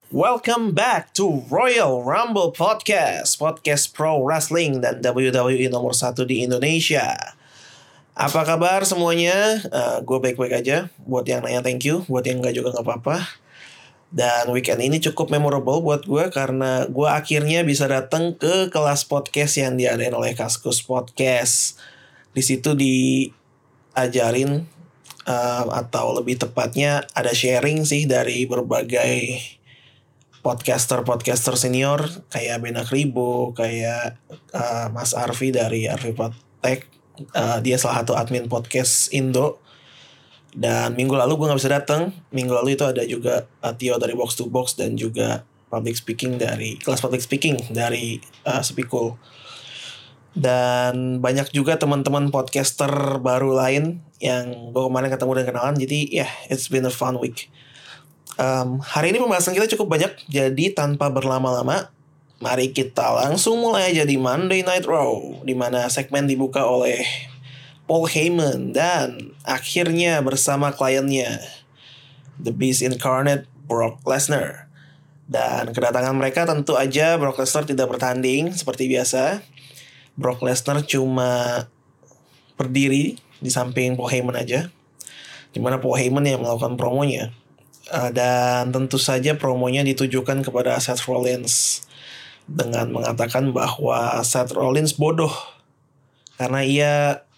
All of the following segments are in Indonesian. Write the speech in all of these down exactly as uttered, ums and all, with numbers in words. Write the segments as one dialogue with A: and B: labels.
A: Welcome back to Royal Rumble Podcast, podcast pro wrestling dan W W E nomor satu di Indonesia. Apa kabar semuanya? Uh, gue baik-baik aja. Buat yang nanya thank you, buat yang enggak juga nggak apa-apa. Dan weekend ini cukup memorable buat gue karena gue akhirnya bisa datang ke kelas podcast yang diadain oleh Kaskus Podcast. Di situ diajarin uh, atau lebih tepatnya ada sharing sih dari berbagai podcaster-podcaster senior kayak Benak Ribo, kayak uh, Mas Arfi dari Arfi Potek. Uh, dia salah satu admin podcast Indo. Dan minggu lalu gue gak bisa datang. Minggu lalu itu ada juga uh, Tio dari Box to Box dan juga public speaking dari kelas public speaking dari uh, Sepikul. Dan banyak juga teman-teman podcaster baru lain yang gue kemarin ketemu dan kenalan. Jadi ya, yeah, it's been a fun week. Um, hari ini pembahasan kita cukup banyak, jadi tanpa berlama-lama, mari kita langsung mulai aja di Monday Night Raw, di mana segmen dibuka oleh Paul Heyman dan akhirnya bersama kliennya, The Beast Incarnate, Brock Lesnar. Dan kedatangan mereka tentu aja Brock Lesnar tidak bertanding seperti biasa. Brock Lesnar cuma berdiri di samping Paul Heyman aja, di mana Paul Heyman yang melakukan promonya. Uh, dan tentu saja promonya ditujukan kepada Seth Rollins dengan mengatakan bahwa Seth Rollins bodoh karena ia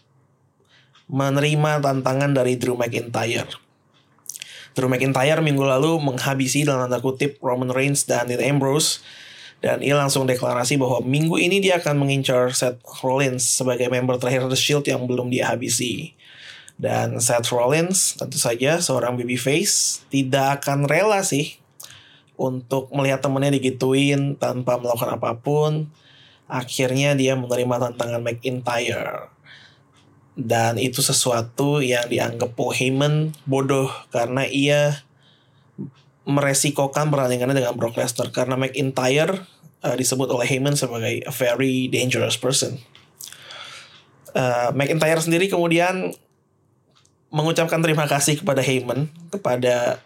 A: menerima tantangan dari Drew McIntyre. Drew McIntyre minggu lalu menghabisi dalam tanda kutip Roman Reigns dan Dean Ambrose, dan ia langsung deklarasi bahwa minggu ini dia akan mengincar Seth Rollins sebagai member terakhir The Shield yang belum dia habisi. Dan Seth Rollins tentu saja seorang babyface tidak akan rela sih untuk melihat temennya digituin tanpa melakukan apapun. Akhirnya dia menerima tantangan McIntyre. Dan itu sesuatu yang dianggap Paul Heyman bodoh karena ia meresikokan pertandingannya dengan Brock Lesnar. Karena McIntyre uh, disebut oleh Heyman sebagai a very dangerous person. Uh, McIntyre sendiri kemudian mengucapkan terima kasih kepada Heyman, kepada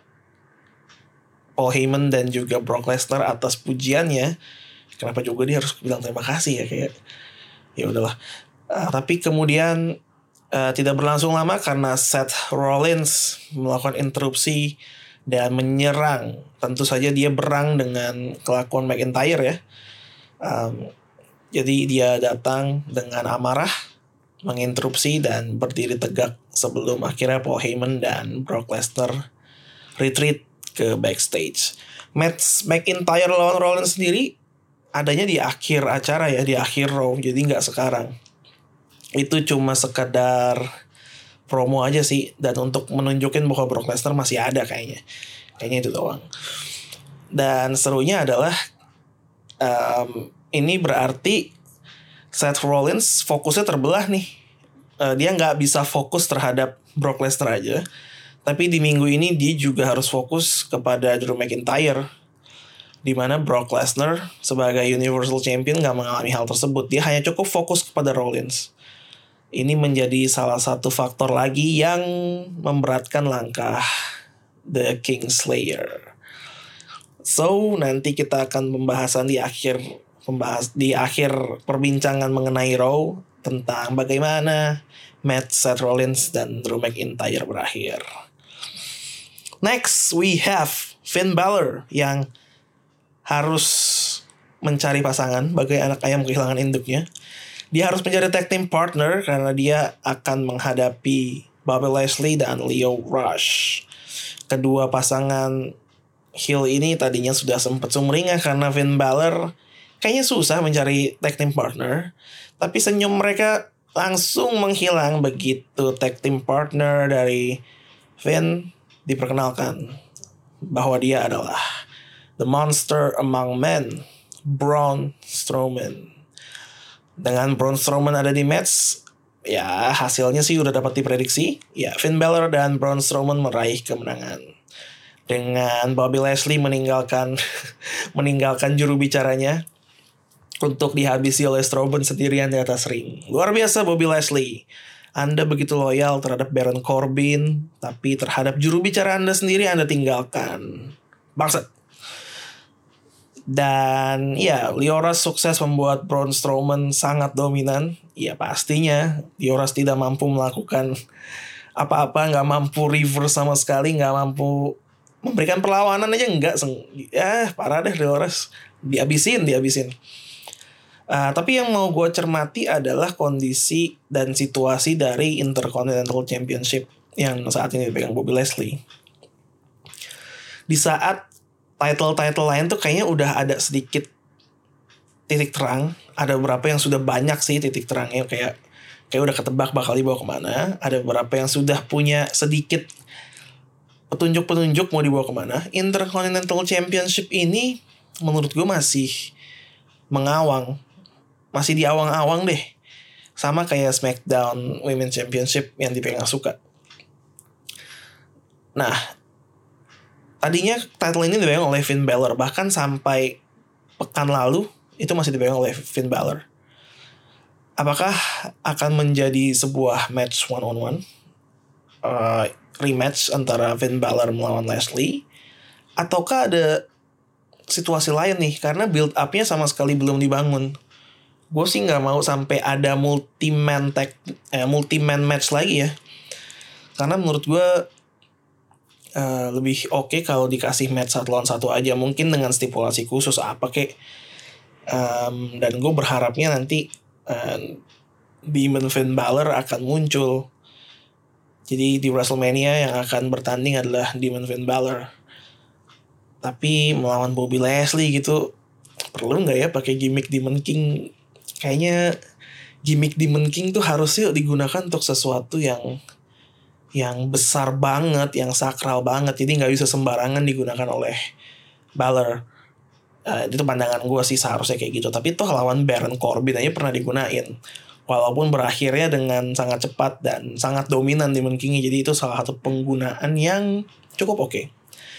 A: Paul Heyman dan juga Brock Lesnar atas pujiannya. Kenapa juga dia harus bilang terima kasih ya, kayak ya udahlah. Uh, tapi kemudian uh, tidak berlangsung lama karena Seth Rollins melakukan interupsi dan menyerang. Tentu saja dia berang dengan kelakuan McIntyre ya. Um, jadi dia datang dengan amarah, menginterupsi dan berdiri tegak sebelum akhirnya Paul Heyman dan Brock Lesnar retreat ke backstage. Match McIntyre lawan Rollins sendiri adanya di akhir acara ya, di akhir Raw, jadi nggak sekarang. Itu cuma sekedar promo aja sih, dan untuk menunjukin bahwa Brock Lesnar masih ada kayaknya. Kayaknya itu doang. Dan serunya adalah um, ini berarti Seth Rollins fokusnya terbelah nih. Uh, dia nggak bisa fokus terhadap Brock Lesnar aja. Tapi di minggu ini dia juga harus fokus kepada Drew McIntyre. Dimana Brock Lesnar sebagai Universal Champion nggak mengalami hal tersebut. Dia hanya cukup fokus kepada Rollins. Ini menjadi salah satu faktor lagi yang memberatkan langkah The Kingslayer. So, nanti kita akan pembahasan di akhir Pembahas di akhir perbincangan mengenai Raw tentang bagaimana match Seth Rollins dan Drew McIntyre berakhir. Next we have Finn Balor yang harus mencari pasangan bagai anak ayam kehilangan induknya. Dia harus mencari tag team partner karena dia akan menghadapi Bobby Lashley dan Lio Rush. Kedua pasangan heel ini tadinya sudah sempat sumringah karena Finn Balor kayaknya susah mencari tag team partner, tapi senyum mereka langsung menghilang begitu tag team partner dari Finn diperkenalkan bahwa dia adalah the monster among men, Braun Strowman. Dengan Braun Strowman ada di match, ya hasilnya sih udah dapat diprediksi. Ya, Finn Balor dan Braun Strowman meraih kemenangan. Dengan Bobby Lashley meninggalkan meninggalkan juru bicaranya untuk dihabisi oleh Strowman sendirian di atas ring. Luar biasa Bobby Lashley. Anda begitu loyal terhadap Baron Corbin, tapi terhadap juru bicara Anda sendiri Anda tinggalkan. Bangsat. Dan ya, Lioras sukses membuat Braun Strowman sangat dominan. Ya pastinya Lioras tidak mampu melakukan apa-apa, nggak mampu reverse sama sekali, nggak mampu memberikan perlawanan aja, nggak. Ya parah deh Lioras, dihabisin, dihabisin. Uh, tapi yang mau gue cermati adalah kondisi dan situasi dari Intercontinental Championship yang saat ini dipegang Bobby Lashley. Di saat title-title lain tuh kayaknya udah ada sedikit titik terang. Ada beberapa yang sudah banyak sih titik terangnya, kayak kayak udah ketebak bakal dibawa kemana. Ada beberapa yang sudah punya sedikit petunjuk-petunjuk mau dibawa kemana. Intercontinental Championship ini menurut gue masih mengawang, masih di awang-awang deh. Sama kayak SmackDown Women's Championship yang dipegang Asuka. Nah, tadinya title ini dipegang oleh Finn Balor. Bahkan sampai pekan lalu itu masih dipegang oleh Finn Balor. Apakah akan menjadi sebuah match one on one, uh, rematch antara Finn Balor melawan Lashley, ataukah ada situasi lain nih? Karena build up-nya sama sekali belum dibangun. Gue sih nggak mau sampai ada multi man tag, eh, multi man match lagi ya. Karena menurut gue uh, lebih oke okay kalau dikasih match satu lawan satu aja, mungkin dengan stipulasi khusus apa kek. Um, dan gue berharapnya nanti uh, Demon Finn Balor akan muncul. Jadi di WrestleMania yang akan bertanding adalah Demon Finn Balor. Tapi melawan Bobby Lashley gitu, perlu nggak ya pakai gimmick Demon King? Kayaknya gimmick Demon King tuh harusnya digunakan untuk sesuatu yang yang besar banget, yang sakral banget. Jadi nggak bisa sembarangan digunakan oleh Balor. Uh, itu pandangan gue sih, seharusnya kayak gitu. Tapi toh lawan Baron Corbin aja pernah digunain, walaupun berakhirnya dengan sangat cepat dan sangat dominan Demon King-nya. Jadi itu salah satu penggunaan yang cukup oke. Okay.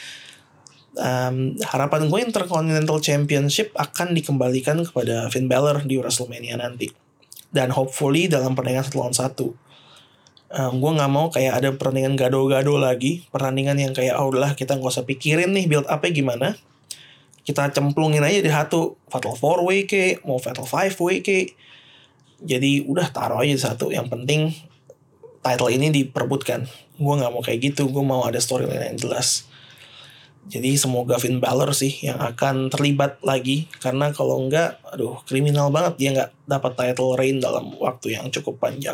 A: Um, harapan gue Intercontinental Championship akan dikembalikan kepada Finn Balor di WrestleMania nanti, dan hopefully dalam pertandingan satu lawan satu. Um, gue nggak mau kayak ada pertandingan gado-gado lagi, pertandingan yang kayak oh udahlah kita nggak usah pikirin nih build up-nya gimana, kita cemplungin aja di satu Fatal four way ke mau Fatal five way ke, jadi udah taruh aja di satu. Yang penting title ini diperebutkan. Gue nggak mau kayak gitu, gue mau ada storyline yang jelas. Jadi semoga Finn Balor sih yang akan terlibat lagi, karena kalau enggak, aduh kriminal banget dia nggak dapat title reign dalam waktu yang cukup panjang.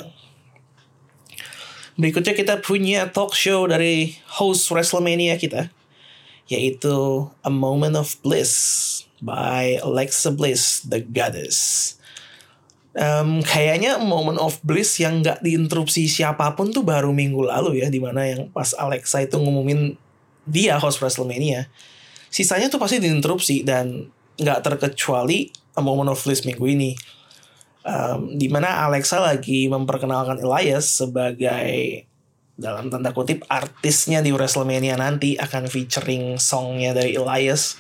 A: Berikutnya kita punya talk show dari host WrestleMania kita, yaitu A Moment of Bliss by Alexa Bliss, the Goddess. Um, kayaknya A Moment of Bliss yang nggak diinterupsi siapapun tuh baru minggu lalu ya, dimana yang pas Alexa itu ngumumin dia host WrestleMania. Sisanya tuh pasti diinterupsi, dan nggak terkecuali A Moment of Bliss minggu ini, um, dimana Alexa lagi memperkenalkan Elias sebagai dalam tanda kutip artisnya di WrestleMania nanti, akan featuring songnya dari Elias.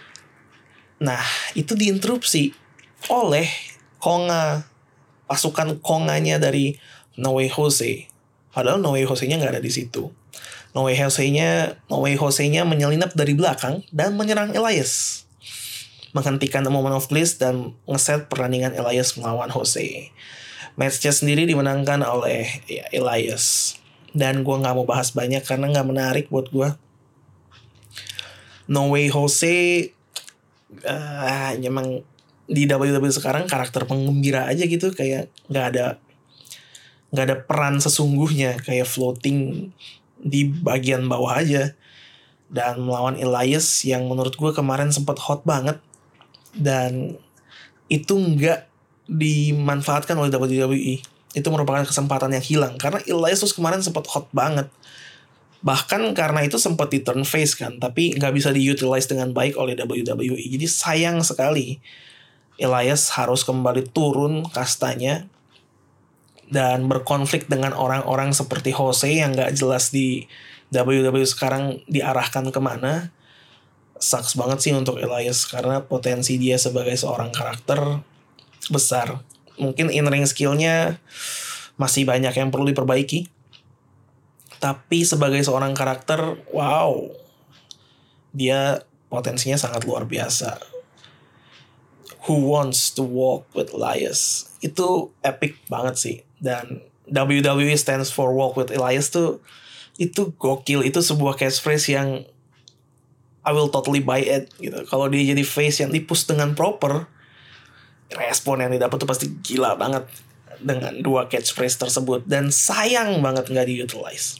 A: Nah itu diinterupsi oleh konga, pasukan konganya dari No Way Jose. Padahal No Way Jose-nya nggak ada di situ. No Way Jose-nya, No Way Jose-nya menyelinap dari belakang dan menyerang Elias, menghentikan The Moment of Bliss dan ngeset pertandingan Elias melawan Jose. Match-nya sendiri dimenangkan oleh ya, Elias. Dan gue gak mau bahas banyak karena gak menarik buat gue. No Way Jose uh, emang di W W E sekarang karakter penggembira aja gitu, kayak gak ada gak ada peran sesungguhnya, kayak floating di bagian bawah aja. Dan melawan Elias yang menurut gue kemarin sempat hot banget, dan itu nggak dimanfaatkan oleh W W E. Itu merupakan kesempatan yang hilang, karena Elias tuh kemarin sempat hot banget. Bahkan karena itu sempat di turn face kan, tapi nggak bisa diutilize dengan baik oleh W W E. Jadi sayang sekali Elias harus kembali turun kastanya dan berkonflik dengan orang-orang seperti Jose yang gak jelas di W W E sekarang diarahkan kemana. Sucks banget sih untuk Elias, karena potensi dia sebagai seorang karakter besar. Mungkin in-ring skillnya masih banyak yang perlu diperbaiki, tapi sebagai seorang karakter, wow, dia potensinya sangat luar biasa. Who Wants to Walk with Elias. Itu epic banget sih. Dan W W E stands for Walk with Elias tuh itu gokil. Itu sebuah catchphrase yang I will totally buy it gitu. Kalau dia jadi face yang di-push dengan proper, respon yang didapat tuh pasti gila banget dengan dua catchphrase tersebut. Dan sayang banget gak di-utilize.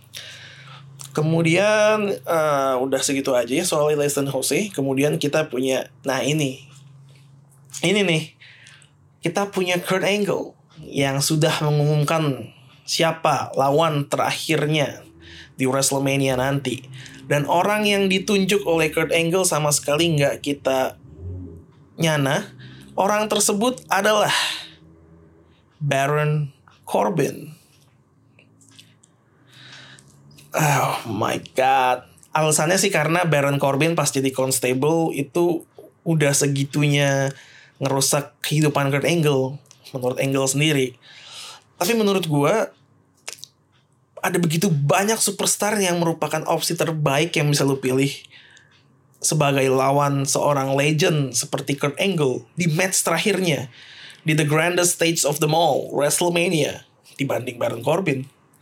A: Kemudian uh, udah segitu aja ya soal Elias dan Jose. Kemudian kita punya, nah ini, ini nih, kita punya Kurt Angle yang sudah mengumumkan siapa lawan terakhirnya di WrestleMania nanti. Dan orang yang ditunjuk oleh Kurt Angle sama sekali nggak kita nyana. Orang tersebut adalah Baron Corbin. Oh my god. Alasannya sih karena Baron Corbin pas jadi constable itu udah segitunya ngerusak kehidupan Kurt Angle, menurut Angle sendiri. Tapi menurut gue ada begitu banyak superstar yang merupakan opsi terbaik yang bisa lu pilih sebagai lawan seorang legend seperti Kurt Angle di match terakhirnya di the grandest stage of them all, WrestleMania, dibanding Baron Corbin.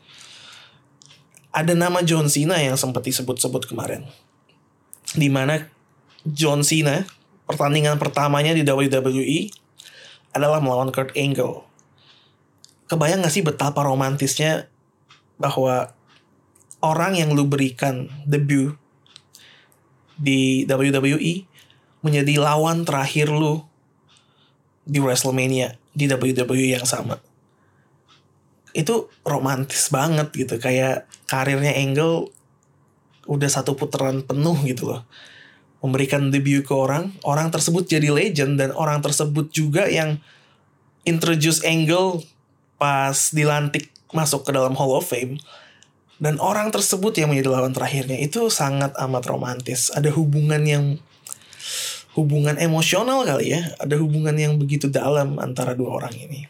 A: Ada nama John Cena yang sempat disebut-sebut kemarin, di mana John Cena pertandingan pertamanya di W W E adalah melawan Kurt Angle. Kebayang gak sih betapa romantisnya bahwa orang yang lu berikan debut di W W E menjadi lawan terakhir lu di WrestleMania di W W E yang sama. Itu romantis banget gitu. Kayak karirnya Angle udah satu putaran penuh gitu loh. Memberikan debut ke orang, orang tersebut jadi legend, dan orang tersebut juga yang introduce Angle pas dilantik masuk ke dalam Hall of Fame. Dan orang tersebut yang menjadi lawan terakhirnya. Itu sangat amat romantis. Ada hubungan yang hubungan emosional kali ya. Ada hubungan yang begitu dalam antara dua orang ini.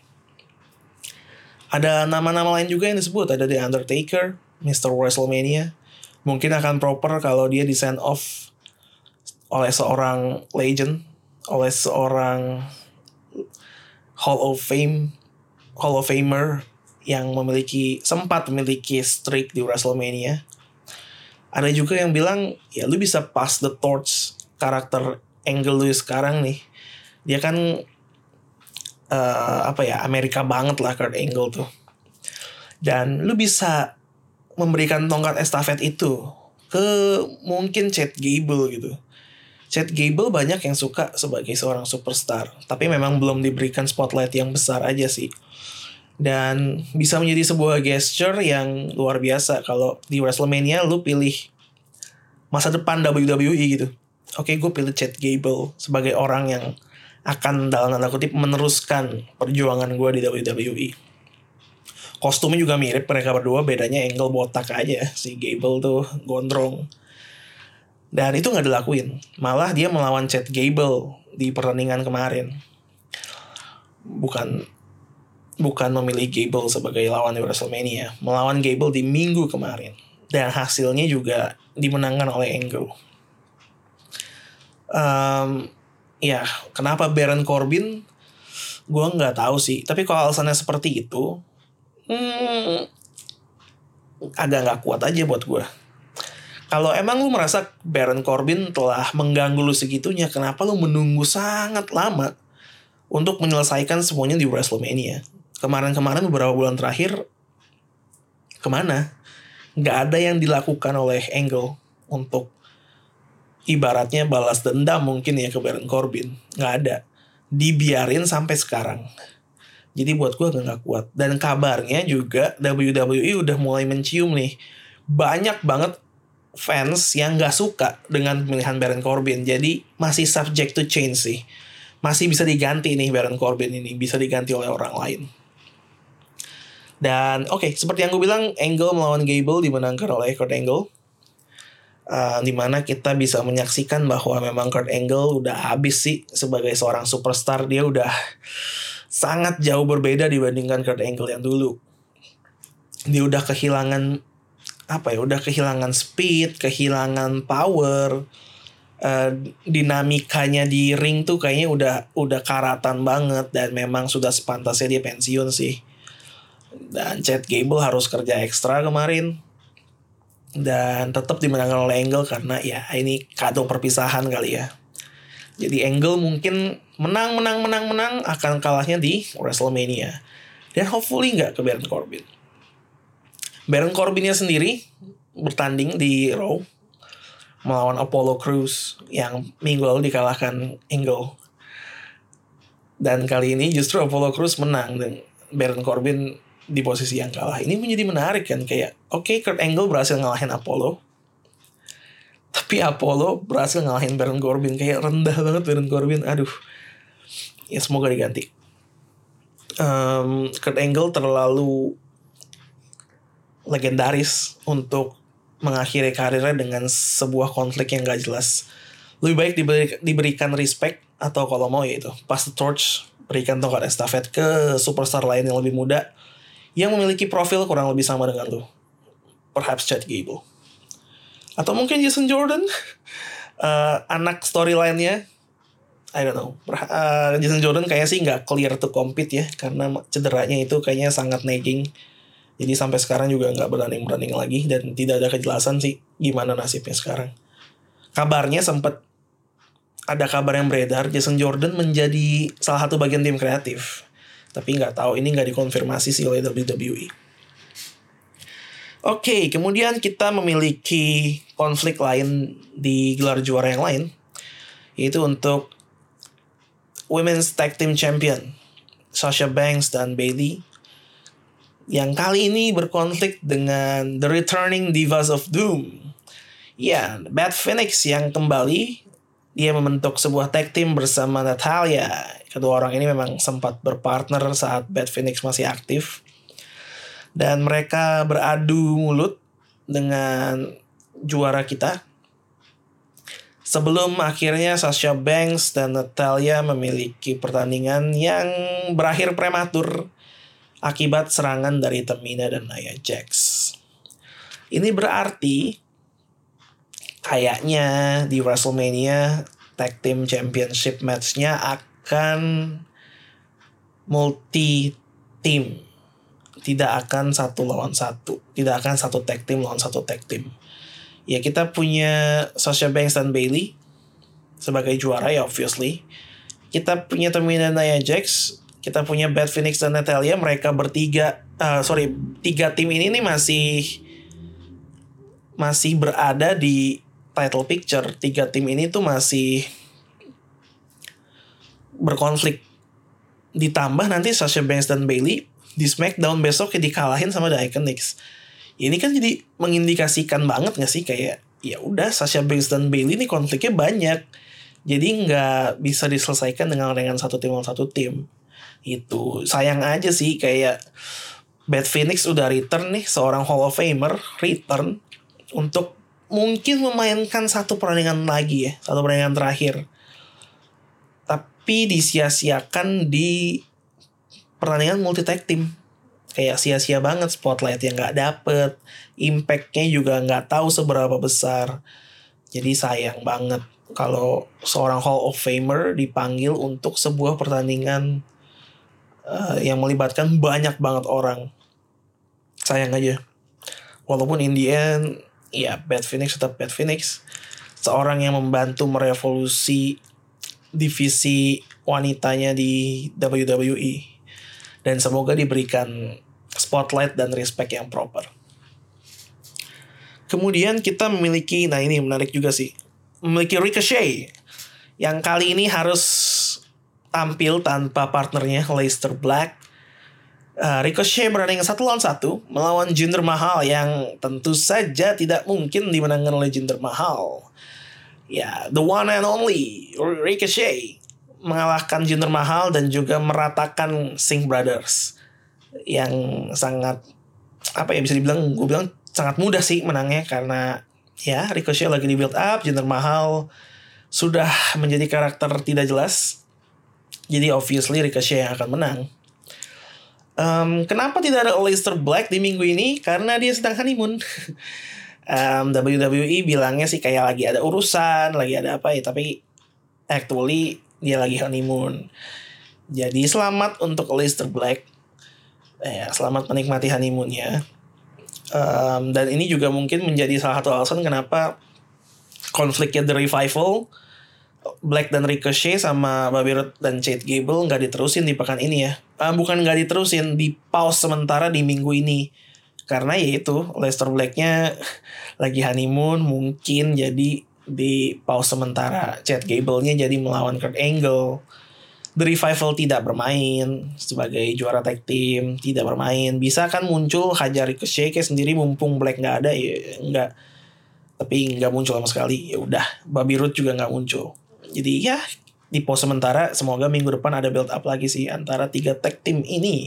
A: Ada nama-nama lain juga yang disebut. Ada The Undertaker, mister WrestleMania. Mungkin akan proper kalau dia di send off oleh seorang legend, oleh seorang Hall of Fame, Hall of Famer yang memiliki sempat memiliki streak di WrestleMania. Ada juga yang bilang, ya lu bisa pass the torch karakter Angle lu sekarang nih. Dia kan uh, apa ya, Amerika banget lah Kurt Angle tuh. Dan lu bisa memberikan tongkat estafet itu ke mungkin Chad Gable gitu. Chad Gable banyak yang suka sebagai seorang superstar, tapi memang belum diberikan spotlight yang besar aja sih. Dan bisa menjadi sebuah gesture yang luar biasa kalau di WrestleMania lu pilih masa depan W W E gitu. Oke, gue pilih Chad Gable sebagai orang yang akan dalam tanda kutip meneruskan perjuangan gue di W W E. Kostumnya juga mirip mereka berdua, bedanya Angle botak aja, si Gable tuh gondrong. Dan itu gak dilakuin. Malah dia melawan Chad Gable di pertandingan kemarin. Bukan bukan memilih Gable sebagai lawan di WrestleMania. Melawan Gable di minggu kemarin. Dan hasilnya juga dimenangkan oleh Angle. Um, ya, kenapa Baron Corbin? Gue gak tahu sih. Tapi kalau alasannya seperti itu, hmm, agak gak kuat aja buat gue. Kalau emang lu merasa Baron Corbin telah mengganggu lu segitunya, kenapa lu menunggu sangat lama untuk menyelesaikan semuanya di WrestleMania? Kemarin-kemarin beberapa bulan terakhir, kemana? Gak ada yang dilakukan oleh Angle untuk ibaratnya balas dendam mungkin ya ke Baron Corbin. Gak ada. Dibiarin sampai sekarang. Jadi buat gue gak kuat. Dan kabarnya juga W W E udah mulai mencium nih, banyak banget fans yang gak suka dengan pemilihan Baron Corbin. Jadi masih subject to change sih. Masih bisa diganti nih Baron Corbin ini. Bisa diganti oleh orang lain. Dan oke, okay, seperti yang gue bilang, Angle melawan Gable dimenangkan oleh Kurt Angle. Uh, dimana kita bisa menyaksikan bahwa memang Kurt Angle udah habis sih sebagai seorang superstar. Dia udah sangat jauh berbeda dibandingkan Kurt Angle yang dulu. Dia udah kehilangan apa ya, udah kehilangan speed, kehilangan power, uh, dinamikanya di ring tuh kayaknya udah udah karatan banget dan memang sudah sepantasnya dia pensiun sih. Dan Chad Gable harus kerja ekstra kemarin dan tetap dimenangkan oleh Angle karena ya ini kado perpisahan kali ya. Jadi Angle mungkin menang menang menang menang akan kalahnya di WrestleMania dan hopefully nggak ke Baron Corbin. Baron Corbinnya sendiri bertanding di Raw melawan Apollo Crews yang minggu lalu dikalahkan Angle. Dan kali ini justru Apollo Crews menang dan Baron Corbin di posisi yang kalah. Ini menjadi menarik kan, kayak oke okay, Kurt Angle berhasil ngalahin Apollo, tapi Apollo berhasil ngalahin Baron Corbin. Kayak rendah banget Baron Corbin. Aduh, ya semoga diganti. um, Kurt Angle terlalu legendaris untuk mengakhiri karirnya dengan sebuah konflik yang gak jelas. Lebih baik diberi, diberikan respect, atau kalau mau ya itu pass the torch, berikan tongkat estafet ke superstar lain yang lebih muda yang memiliki profil kurang lebih sama dengan lu. Perhaps Chad Gable atau mungkin Jason Jordan. uh, anak storyline-nya I don't know. uh, Jason Jordan kayaknya sih gak clear to compete ya, karena cederanya itu kayaknya sangat nagging. Jadi sampai sekarang juga gak beranding-beranding lagi dan tidak ada kejelasan sih gimana nasibnya sekarang. Kabarnya sempat ada kabar yang beredar Jason Jordan menjadi salah satu bagian tim kreatif, tapi nggak tahu, ini nggak dikonfirmasi sih oleh W W E. Oke, okay, kemudian kita memiliki konflik lain di gelar juara yang lain, yaitu untuk Women's Tag Team Champion Sasha Banks dan Bayley, yang kali ini berkonflik dengan The Returning Divas of Doom. Ya, Beth Phoenix yang kembali. Dia membentuk sebuah tag team bersama Natalya. Kedua orang ini memang sempat berpartner saat Beth Phoenix masih aktif. Dan mereka beradu mulut dengan juara kita. Sebelum akhirnya Sasha Banks dan Natalya memiliki pertandingan yang berakhir prematur akibat serangan dari Tamina dan Nia Jax. Ini berarti kayaknya di WrestleMania Tag Team Championship match-nya akan multi-team. Tidak akan satu lawan satu. Tidak akan satu tag team lawan satu tag team. Ya, kita punya Sasha Banks dan Bayley sebagai juara ya obviously. Kita punya Tamina dan Nia Jax. Kita punya Beth Phoenix dan Natalya. Mereka bertiga, uh, sorry, tiga tim ini nih masih masih berada di title picture. Tiga tim ini tuh masih berkonflik. Ditambah nanti Sasha Banks dan Bayley di SmackDown besok dikalahin sama The Iconics. Ini kan jadi mengindikasikan banget gak sih, kayak ya udah Sasha Banks dan Bayley ini konfliknya banyak. Jadi nggak bisa diselesaikan dengan dengan satu tim lawan satu tim. Itu sayang aja sih, kayak Beth Phoenix udah return nih, seorang Hall of Famer return untuk mungkin memainkan satu pertandingan lagi ya, satu pertandingan terakhir. Tapi disia-siakan di pertandingan multi tag team. Kayak sia-sia banget, spotlight yang gak dapet, impact-nya juga gak tahu seberapa besar. Jadi sayang banget kalau seorang Hall of Famer dipanggil untuk sebuah pertandingan uh, yang melibatkan banyak banget orang. Sayang aja. Walaupun in the end, ya Beth Phoenix tetap Beth Phoenix. Seorang yang membantu merevolusi divisi wanitanya di W W E. Dan semoga diberikan spotlight dan respect yang proper. Kemudian kita memiliki, nah ini menarik juga sih, memiliki Ricochet yang kali ini harus tampil tanpa partnernya Aleister Black. uh, Ricochet berada dengan satu lawan satu melawan Jinder Mahal yang tentu saja tidak mungkin dimenangkan oleh Jinder Mahal. Ya, the one and only Ricochet mengalahkan Jinder Mahal dan juga meratakan Singh Brothers yang sangat, apa ya, bisa dibilang, gue bilang sangat mudah sih menangnya, karena ya Ricochet lagi di build up, Jinder Mahal sudah menjadi karakter tidak jelas, jadi obviously Ricochet yang akan menang. Um, kenapa tidak ada Aleister Black di minggu ini? Karena dia sedang honeymoon. um, W W E bilangnya sih kayak lagi ada urusan, lagi ada apa ya, tapi actually dia lagi honeymoon. Jadi selamat untuk Aleister Black. Eh, selamat menikmati honeymoonnya. Um, dan ini juga mungkin menjadi salah satu alasan kenapa konfliknya The Revival, Black dan Ricochet sama Bobby Roode dan Chad Gable nggak diterusin di pekan ini ya. Uh, bukan nggak diterusin, di pause sementara di minggu ini. Karena ya itu, Aleister Blacknya lagi honeymoon, mungkin jadi di pause sementara. Chad Gable-nya jadi melawan Kurt Angle. The Revival tidak bermain sebagai juara tag team, tidak bermain. Bisa kan muncul hajar Ricochet kayak sendiri mumpung Black nggak ada ya nggak. Tapi nggak muncul sama sekali. Ya udah, Bobby Roode juga nggak muncul. Jadi ya di pause sementara. Semoga minggu depan ada build up lagi sih antara tiga tag team ini.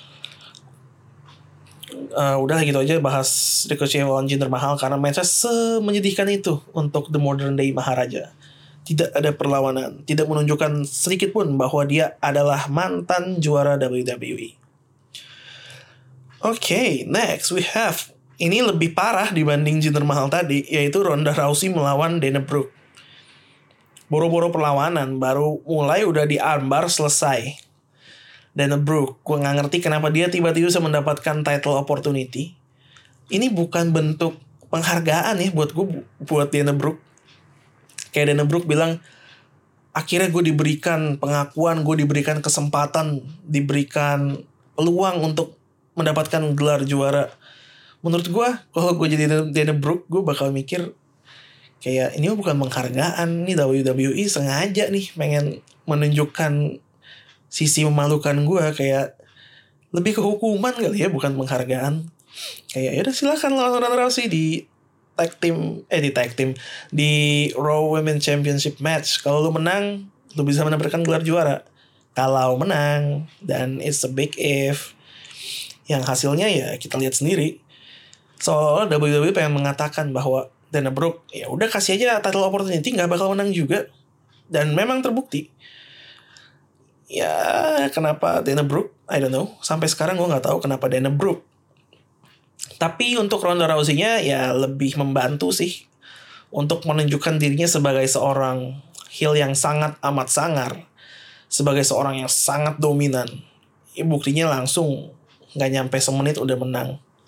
A: Uh, udah gitu aja bahas Ricochet lawan Jinder Mahal karena matchnya semenyedihkan itu untuk The Modern Day Maharaja. Tidak ada perlawanan, tidak menunjukkan sedikit pun bahwa dia adalah mantan juara W W E. Oke, okay, next we have, ini lebih parah dibanding Jinder Mahal tadi, yaitu Ronda Rousey melawan Dana Brooke. Boro-boro perlawanan, baru mulai udah di armbar selesai. Dana Brooke, gue gak ngerti kenapa dia tiba-tiba bisa mendapatkan title opportunity. Ini bukan bentuk penghargaan ya buat gue, buat Dana Brooke. Kayak Dana Brooke bilang, akhirnya gue diberikan pengakuan, gue diberikan kesempatan, diberikan peluang untuk mendapatkan gelar juara. Menurut gue, kalau gue jadi Dana Brooke, gue bakal mikir, kayak ini bukan penghargaan, nih W W E sengaja nih pengen menunjukkan sisi memalukan gue, kayak lebih ke hukuman kali ya, bukan penghargaan. Kayak yaudah silakan lawan Ronda Rousey di tag team, eh di tag team di Raw Women's Championship match. Kalau lu menang, lu bisa mendapatkan gelar juara. Kalau menang, dan it's a big if. Yang hasilnya ya kita lihat sendiri. Soalnya W W E pengen mengatakan bahwa Dana Brooke ya udah kasih aja title opportunity, nggak bakal menang juga. Dan memang terbukti. Ya kenapa Dana Brooke? I don't know. Sampai sekarang gue nggak tahu kenapa Dana Brooke. Tapi untuk Ronda Rousey-nya ya lebih membantu sih untuk menunjukkan dirinya sebagai seorang heel yang sangat amat sangar, sebagai seorang yang sangat dominan. Ya, buktinya langsung nggak nyampe semenit udah menang.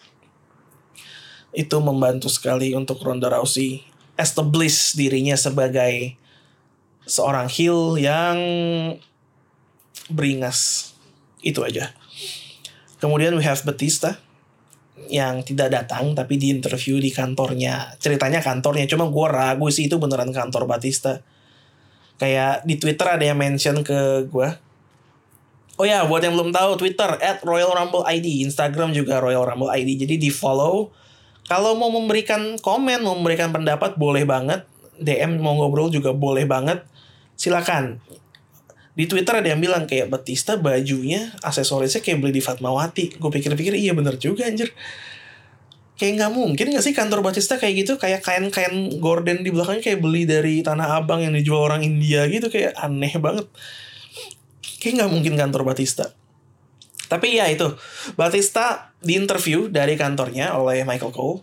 A: Itu membantu sekali untuk Ronda Rousey establish dirinya sebagai seorang heel yang beringas. Itu aja. Kemudian we have Batista yang tidak datang tapi di interview di kantornya. Ceritanya kantornya, cuma gue ragu sih itu beneran kantor Batista. Kayak di Twitter ada yang mention ke gue. Oh ya, buat yang belum tahu, Twitter at Royal Rumble I D, Instagram juga Royal Rumble I D. Jadi di follow. Kalau mau memberikan komen, mau memberikan pendapat boleh banget. D M mau ngobrol juga boleh banget. Silakan. Di Twitter ada yang bilang kayak Batista bajunya, aksesorisnya kayak beli di Fatmawati. Gue pikir-pikir iya bener juga anjir. Kayak gak mungkin gak sih kantor Batista kayak gitu. Kayak kain-kain gorden di belakangnya kayak beli dari Tanah Abang yang dijual orang India gitu. Kayak aneh banget. Kayak gak mungkin kantor Batista. Tapi ya itu, Batista di interview dari kantornya oleh Michael Cole.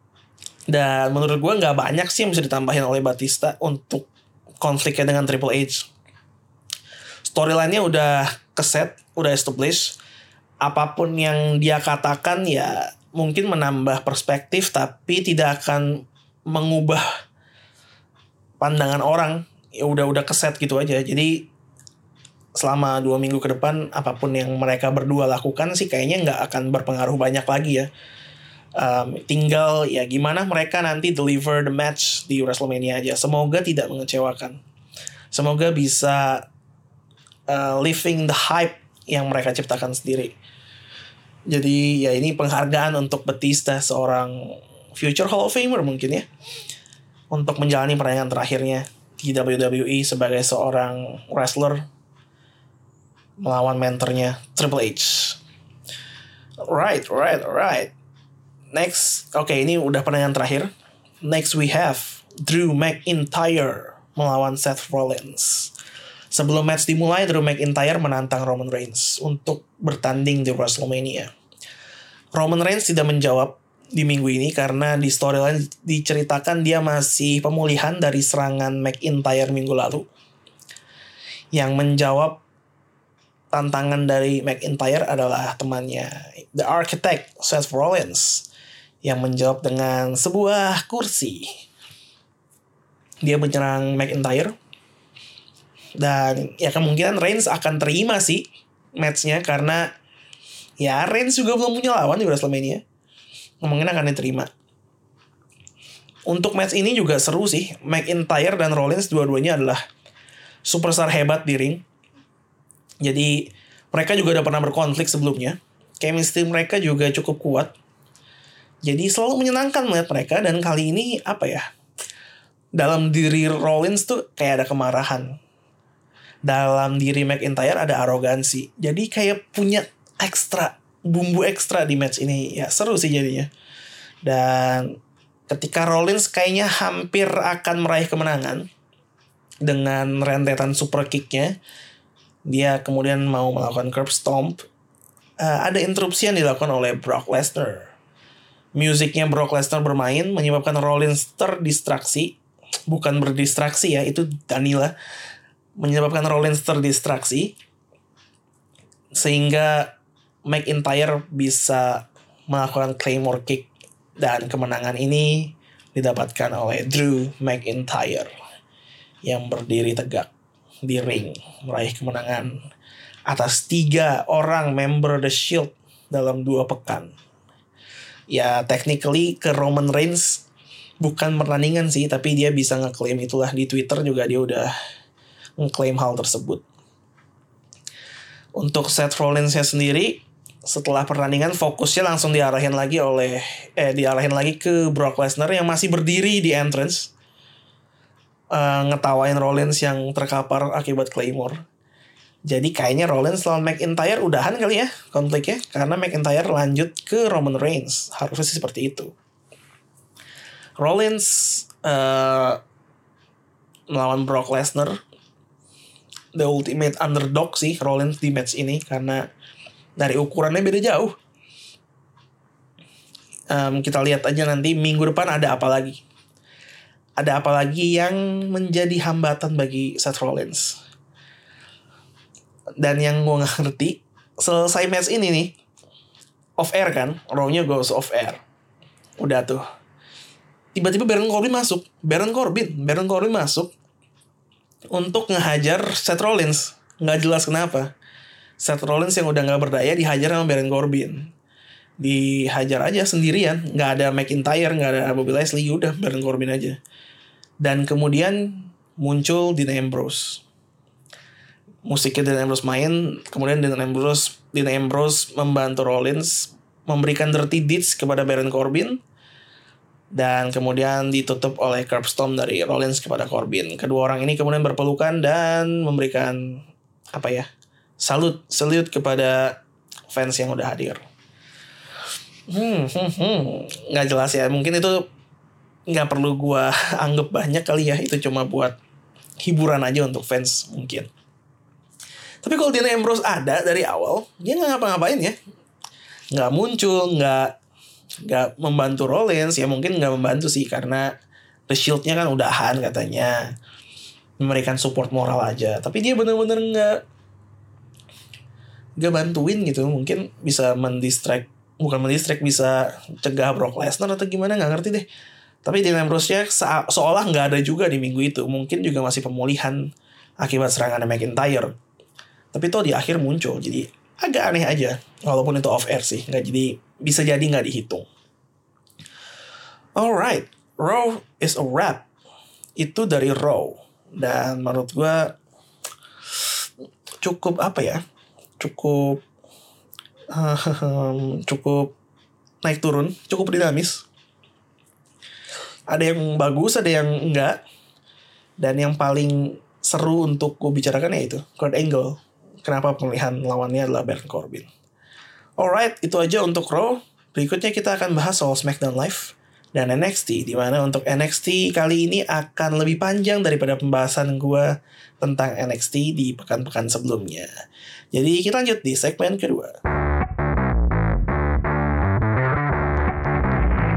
A: Dan menurut gue gak banyak sih yang bisa ditambahin oleh Batista untuk konfliknya dengan Triple H. Storyline-nya udah keset, udah established. Apapun yang dia katakan ya mungkin menambah perspektif, tapi tidak akan mengubah pandangan orang. Ya udah udah keset gitu aja. Jadi selama dua minggu ke depan apapun yang mereka berdua lakukan sih kayaknya nggak akan berpengaruh banyak lagi ya. Um, tinggal ya gimana mereka nanti deliver the match di WrestleMania aja. Semoga tidak mengecewakan. Semoga bisa Uh, living the hype yang mereka ciptakan sendiri. Jadi ya ini penghargaan untuk Batista, seorang future Hall of Famer mungkin ya, untuk menjalani pertandingan terakhirnya di W W E sebagai seorang wrestler melawan mentornya Triple H. Right, right, right. Next, oke okay, ini udah pertandingan terakhir. Next we have Drew McIntyre melawan Seth Rollins. Sebelum match dimulai, Drew McIntyre menantang Roman Reigns untuk bertanding di WrestleMania. Roman Reigns tidak menjawab di minggu ini karena di storyline diceritakan dia masih pemulihan dari serangan McIntyre minggu lalu. Yang menjawab tantangan dari McIntyre adalah temannya, The Architect, Seth Rollins, yang menjawab dengan sebuah kursi. Dia menyerang McIntyre. Dan ya kemungkinan Reigns akan terima sih match-nya karena ya Reigns juga belum punya lawan di WrestleMania. Kemungkinan akan diterima. Untuk match ini juga seru sih. McIntyre dan Rollins dua-duanya adalah superstar hebat di ring. Jadi mereka juga udah pernah berkonflik sebelumnya. Chemistry mereka juga cukup kuat. Jadi selalu menyenangkan melihat mereka. Dan kali ini apa ya, dalam diri Rollins tuh kayak ada kemarahan. Dalam diri McIntyre ada arogansi. Jadi kayak punya ekstra, bumbu ekstra di match ini. Ya seru sih jadinya. Dan ketika Rollins kayaknya hampir akan meraih kemenangan dengan rentetan super kicknya, dia kemudian mau melakukan curb stomp. Uh, ada interupsi yang dilakukan oleh Brock Lesnar. Musiknya Brock Lesnar bermain menyebabkan Rollins terdistraksi. Bukan berdistraksi ya, itu Danila. Menyebabkan Rollins terdistraksi sehingga McIntyre bisa melakukan Claymore kick, dan kemenangan ini didapatkan oleh Drew McIntyre yang berdiri tegak di ring meraih kemenangan atas tiga orang member The Shield dalam dua pekan. Ya technically ke Roman Reigns bukan pertandingan sih, tapi dia bisa ngeklaim itulah. Di Twitter juga dia udah ngeklaim hal tersebut. Untuk Seth Rollins-nya sendiri, setelah pertandingan fokusnya langsung diarahin lagi oleh eh diarahin lagi ke Brock Lesnar yang masih berdiri di entrance, uh, ngetawain Rollins yang terkapar akibat Claymore. Jadi kayaknya Rollins lawan McIntyre udahan kali ya konfliknya, karena McIntyre lanjut ke Roman Reigns. Harusnya sih seperti itu. Rollins uh, melawan Brock Lesnar, the ultimate underdog sih Rollins di match ini karena dari ukurannya beda jauh. Um, kita lihat aja nanti minggu depan ada apa lagi. Ada apa lagi yang menjadi hambatan bagi Seth Rollins. Dan yang gue gak ngerti, selesai match ini nih, off air kan, Raw-nya goes off air. Udah tuh. Tiba-tiba Baron Corbin masuk. Baron Corbin, Baron Corbin masuk untuk ngehajar Seth Rollins. Gak jelas kenapa. Seth Rollins yang udah gak berdaya dihajar sama Baron Corbin. Dihajar aja sendirian. Gak ada McIntyre, gak ada Bobby Lashley. Udah Baron Corbin aja. Dan kemudian muncul Dean Ambrose. Musiknya Dean Ambrose main. Kemudian Dean Ambrose, Dean Ambrose membantu Rollins memberikan dirty deeds kepada Baron Corbin. Dan kemudian ditutup oleh curb stomp dari Rollins kepada Corbin. Kedua orang ini kemudian berpelukan dan memberikan apa ya, salut, salute kepada fans yang udah hadir. Hmm, hmm, hmm. Nggak jelas ya. Mungkin itu nggak perlu gue anggap banyak kali ya. Itu cuma buat hiburan aja untuk fans mungkin. Tapi kalau Dean Ambrose ada dari awal, dia nggak ngapa-ngapain ya. Nggak muncul, nggak nggak membantu Rollins. Ya mungkin nggak membantu sih karena The Shield-nya kan udahan katanya, memberikan support moral aja. Tapi dia bener-bener nggak nggak bantuin gitu. Mungkin bisa mendistract, bukan mendistract, bisa cegah Brock Lesnar atau gimana, nggak ngerti deh. Tapi Dean Ambrose-nya se- seolah nggak ada juga di minggu itu. Mungkin juga masih pemulihan akibat serangan McIntyre. Tapi toh di akhir muncul, jadi agak aneh aja. Walaupun itu off air sih, nggak jadi, bisa jadi nggak dihitung. Alright, Raw is a wrap. Itu dari Raw. Dan menurut gue cukup apa ya? Cukup um, cukup naik turun, cukup dinamis. Ada yang bagus, ada yang enggak. Dan yang paling seru untuk gue bicarakan ya itu Kurt Angle. Kenapa pemilihan lawannya adalah Baron Corbin. Alright, itu aja untuk Raw. Berikutnya kita akan bahas soal SmackDown Live dan N X T, dimana untuk N X T kali ini akan lebih panjang daripada pembahasan gue tentang N X T di pekan-pekan sebelumnya. Jadi kita lanjut di segmen kedua.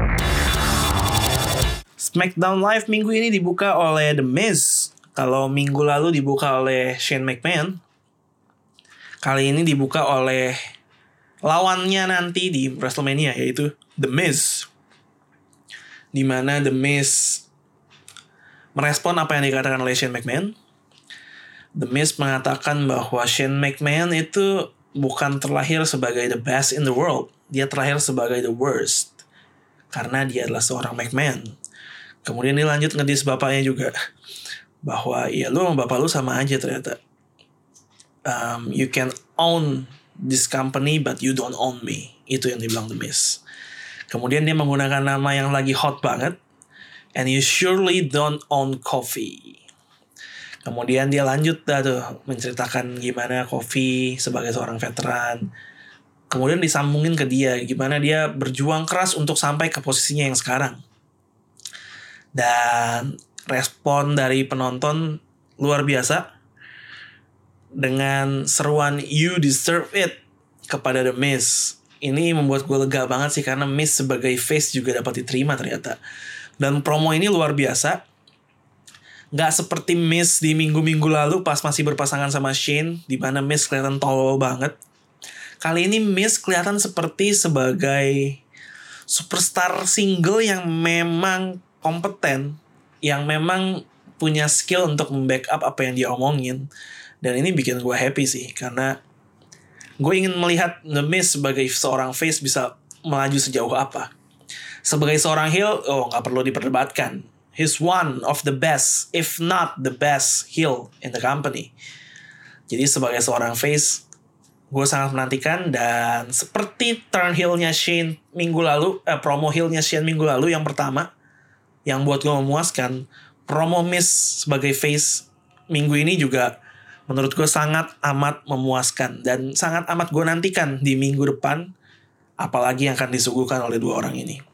A: SmackDown Live minggu ini dibuka oleh The Miz. Kalau minggu lalu dibuka oleh Shane McMahon, kali ini dibuka oleh lawannya nanti di WrestleMania, yaitu The Miz. Dimana The Miz merespon apa yang dikatakan oleh Shane McMahon. The Miz mengatakan bahwa Shane McMahon itu bukan terlahir sebagai the best in the world. Dia terlahir sebagai the worst. Karena dia adalah seorang McMahon. Kemudian dia lanjut ngedis bapaknya juga. Bahwa ya lu sama bapak lu sama aja ternyata. Um, you can own this company but you don't own me. Itu yang dibilang The Miz. Kemudian dia menggunakan nama yang lagi hot banget. And you surely don't own Kofi. Kemudian dia lanjut dah tuh menceritakan gimana Kofi sebagai seorang veteran. Kemudian disambungin ke dia gimana dia berjuang keras untuk sampai ke posisinya yang sekarang. Dan respon dari penonton luar biasa dengan seruan "You deserve it" kepada The Miz. Ini membuat gue lega banget sih karena Miz sebagai face juga dapat diterima ternyata. Dan promo ini luar biasa. Gak seperti Miz di minggu-minggu lalu pas masih berpasangan sama Shane, di mana Miz kelihatan tolol banget. Kali ini Miz kelihatan seperti sebagai superstar single yang memang kompeten, yang memang punya skill untuk membackup apa yang dia omongin. Dan ini bikin gue happy sih, karena gue ingin melihat The Miz sebagai seorang face bisa melaju sejauh apa. Sebagai seorang heel, oh gak perlu diperdebatkan. He's one of the best, if not the best heel in the company. Jadi sebagai seorang face, gue sangat menantikan. Dan seperti turn heel-nya Shane minggu lalu, eh, promo heel-nya Shane minggu lalu yang pertama, yang buat gue memuaskan, promo Miz sebagai face minggu ini juga menurut gue sangat amat memuaskan. Dan sangat amat gue nantikan di minggu depan, apalagi yang akan disuguhkan oleh dua orang ini.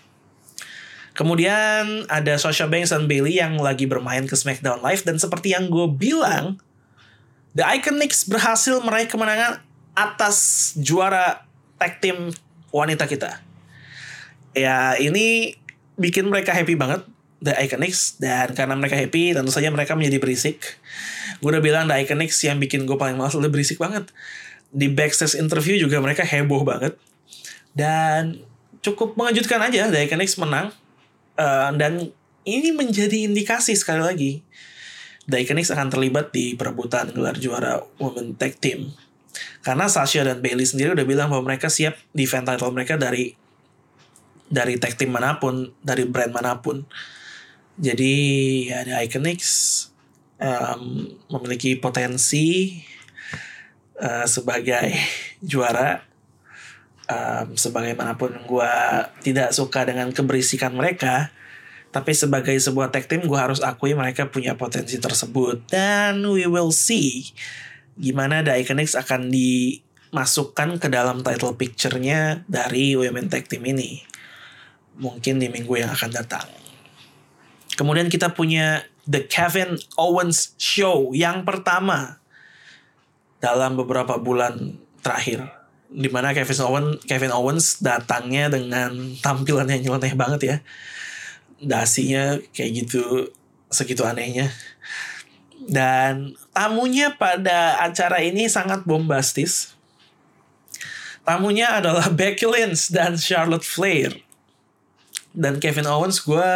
A: Kemudian ada Sasha Banks dan Bayley yang lagi bermain ke SmackDown Live. Dan seperti yang gue bilang, The Iconics berhasil meraih kemenangan atas juara tag team wanita kita. Ya ini bikin mereka happy banget, The Iconics. Dan karena mereka happy, tentu saja mereka menjadi berisik. Gue udah bilang The Iconics yang bikin gue paling males udah berisik banget. Di backstage interview juga mereka heboh banget. Dan cukup mengejutkan aja The Iconics menang. Uh, dan ini menjadi indikasi sekali lagi The Iconics akan terlibat di perebutan gelar juara Women Tag Team. Karena Sasha dan Bayley sendiri udah bilang bahwa mereka siap defend title mereka dari dari tag team manapun, dari brand manapun. Jadi ya The Iconics um, memiliki potensi uh, sebagai juara. Um, sebagaimanapun gue tidak suka dengan keberisikan mereka, tapi sebagai sebuah tag team gue harus akui mereka punya potensi tersebut. Dan we will see gimana The Iconics akan dimasukkan ke dalam title picture-nya dari Women Tag Team ini. Mungkin di minggu yang akan datang. Kemudian kita punya The Kevin Owens Show yang pertama dalam beberapa bulan terakhir. Dimana Kevin Owens, Kevin Owens datangnya dengan tampilan yang nyeleneh banget ya. Dasinya kayak gitu, segitu anehnya. Dan tamunya pada acara ini sangat bombastis. Tamunya adalah Becky Lynch dan Charlotte Flair. Dan Kevin Owens gue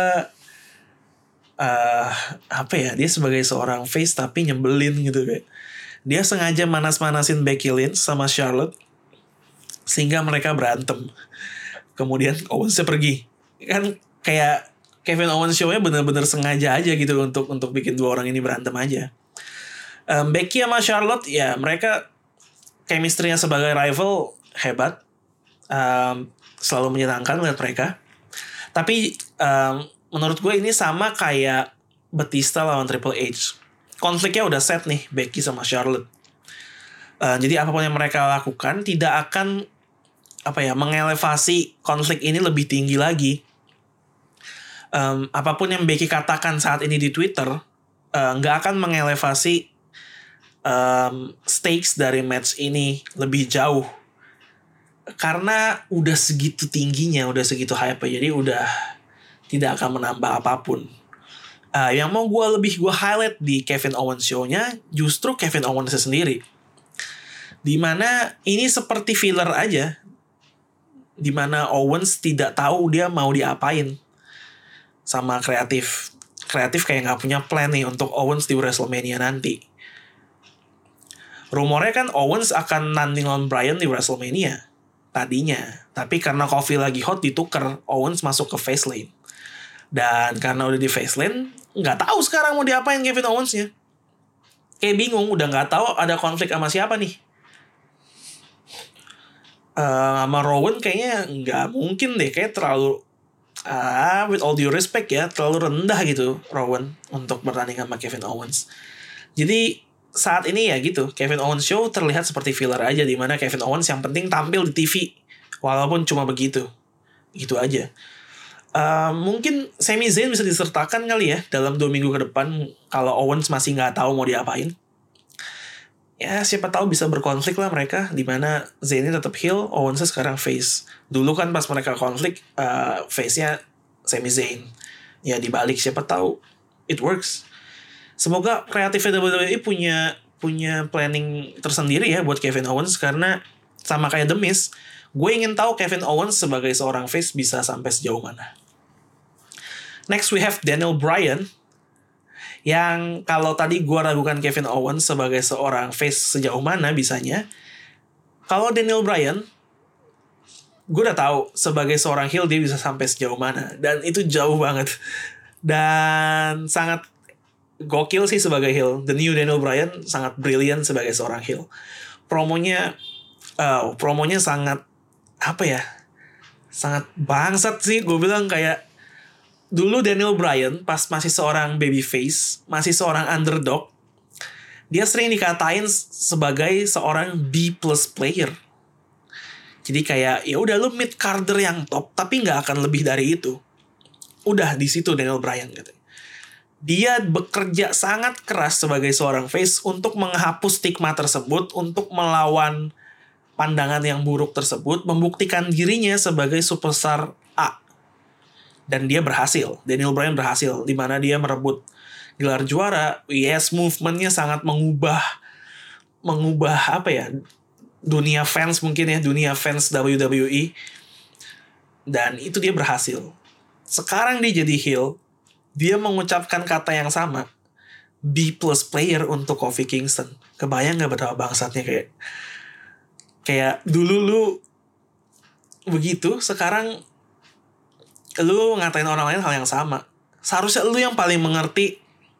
A: uh, apa ya, dia sebagai seorang face tapi nyebelin gitu kayak. Dia sengaja manas-manasin Becky Lynch sama Charlotte sehingga mereka berantem. Kemudian Owensnya pergi. Kan kayak Kevin Owens show-nya bener-bener sengaja aja gitu untuk untuk bikin dua orang ini berantem aja. Um, Becky sama Charlotte ya mereka chemistry-nya sebagai rival hebat. Um, selalu menyenangkan lihat mereka. Tapi um, menurut gue ini sama kayak Batista lawan Triple H. Konfliknya udah set nih Becky sama Charlotte. Uh, jadi apapun yang mereka lakukan tidak akan apa ya mengelevasi konflik ini lebih tinggi lagi. Um, apapun yang Becky katakan saat ini di Twitter nggak uh, akan mengelevasi um, stakes dari match ini lebih jauh karena udah segitu tingginya, udah segitu hype, jadi udah tidak akan menambah apapun. Uh, yang mau gue lebih gue highlight di Kevin Owens show-nya justru Kevin Owens sendiri, dimana ini seperti filler aja, dimana Owens tidak tahu dia mau diapain sama kreatif kreatif kayak nggak punya plan nih untuk Owens di WrestleMania nanti. Rumornya kan Owens akan nanding lawan Bryan di WrestleMania tadinya, tapi karena Kofi lagi hot ditukar, Owens masuk ke Fastlane. Dan karena udah di Fastlane, nggak tahu sekarang mau diapain Kevin Owens-nya. Kayak bingung, udah nggak tahu ada konflik sama siapa nih. Uh, sama Rowan kayaknya nggak mungkin deh, kayak terlalu uh, with all due respect ya, terlalu rendah gitu Rowan untuk bertanding sama Kevin Owens. Jadi saat ini ya gitu, Kevin Owens show terlihat seperti filler aja, dimana Kevin Owens yang penting tampil di T V walaupun cuma begitu, gitu aja. Uh, mungkin Sami Zayn bisa disertakan kali ya dalam dua minggu ke depan kalau Owens masih nggak tahu mau diapain. Ya siapa tahu bisa berkonflik lah mereka, dimana Zayn-nya tetap heel, Owens-nya sekarang face. Dulu kan pas mereka konflik, uh, face-nya Sami Zayn. Ya dibalik, siapa tahu it works. Semoga kreatifnya W W E punya punya planning tersendiri ya buat Kevin Owens, karena sama kayak The Miz, gue ingin tahu Kevin Owens sebagai seorang face bisa sampai sejauh mana. Next we have Daniel Bryan, yang kalau tadi gue ragukan Kevin Owens sebagai seorang face sejauh mana bisanya, kalau Daniel Bryan gue udah tahu sebagai seorang heel dia bisa sampai sejauh mana, dan itu jauh banget dan sangat gokil sih sebagai heel. The new Daniel Bryan sangat brilliant sebagai seorang heel. Promonya uh, promonya sangat apa ya, sangat bangsat sih gue bilang. Kayak dulu Daniel Bryan pas masih seorang babyface, masih seorang underdog, dia sering dikatain sebagai seorang B plus player. Jadi kayak ya udah lu mid carder yang top tapi nggak akan lebih dari itu. Udah di situ Daniel Bryan gitu. Dia bekerja sangat keras sebagai seorang face untuk menghapus stigma tersebut, untuk melawan pandangan yang buruk tersebut, membuktikan dirinya sebagai superstar A. Dan dia berhasil. Daniel Bryan berhasil, di mana dia merebut gelar juara. Yes, movement-nya sangat mengubah mengubah apa ya, dunia fans mungkin ya, dunia fans W W E. Dan itu dia berhasil. Sekarang dia jadi heel, dia mengucapkan kata yang sama, B plus player untuk Kofi Kingston. Kebayang gak betapa bangsatnya, kayak kayak dulu lu begitu, sekarang lu ngatain orang lain hal yang sama. Seharusnya lu yang paling mengerti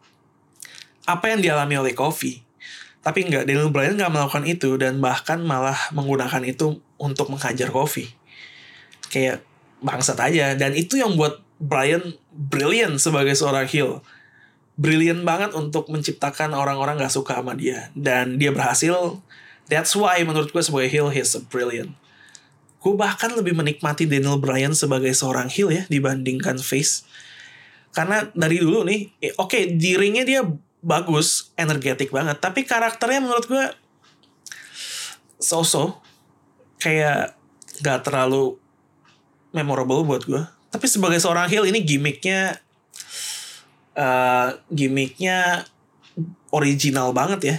A: apa yang dialami oleh Kofi. Tapi enggak, Daniel Bryan gak melakukan itu, dan bahkan malah menggunakan itu untuk menghajar Kofi. Kayak bangsat aja. Dan itu yang buat Bryan brilliant sebagai seorang heel. Brilliant banget untuk menciptakan orang-orang gak suka sama dia. Dan dia berhasil. That's why menurut gue sebagai heel, he's a brilliant. Gue bahkan lebih menikmati Daniel Bryan sebagai seorang heel ya dibandingkan face. Karena dari dulu nih, oke okay, di ringnya dia bagus, energetik banget, tapi karakternya menurut gue so-so, kayak gak terlalu memorable buat gue. Tapi sebagai seorang heel ini gimmicknya uh, gimmicknya original banget ya.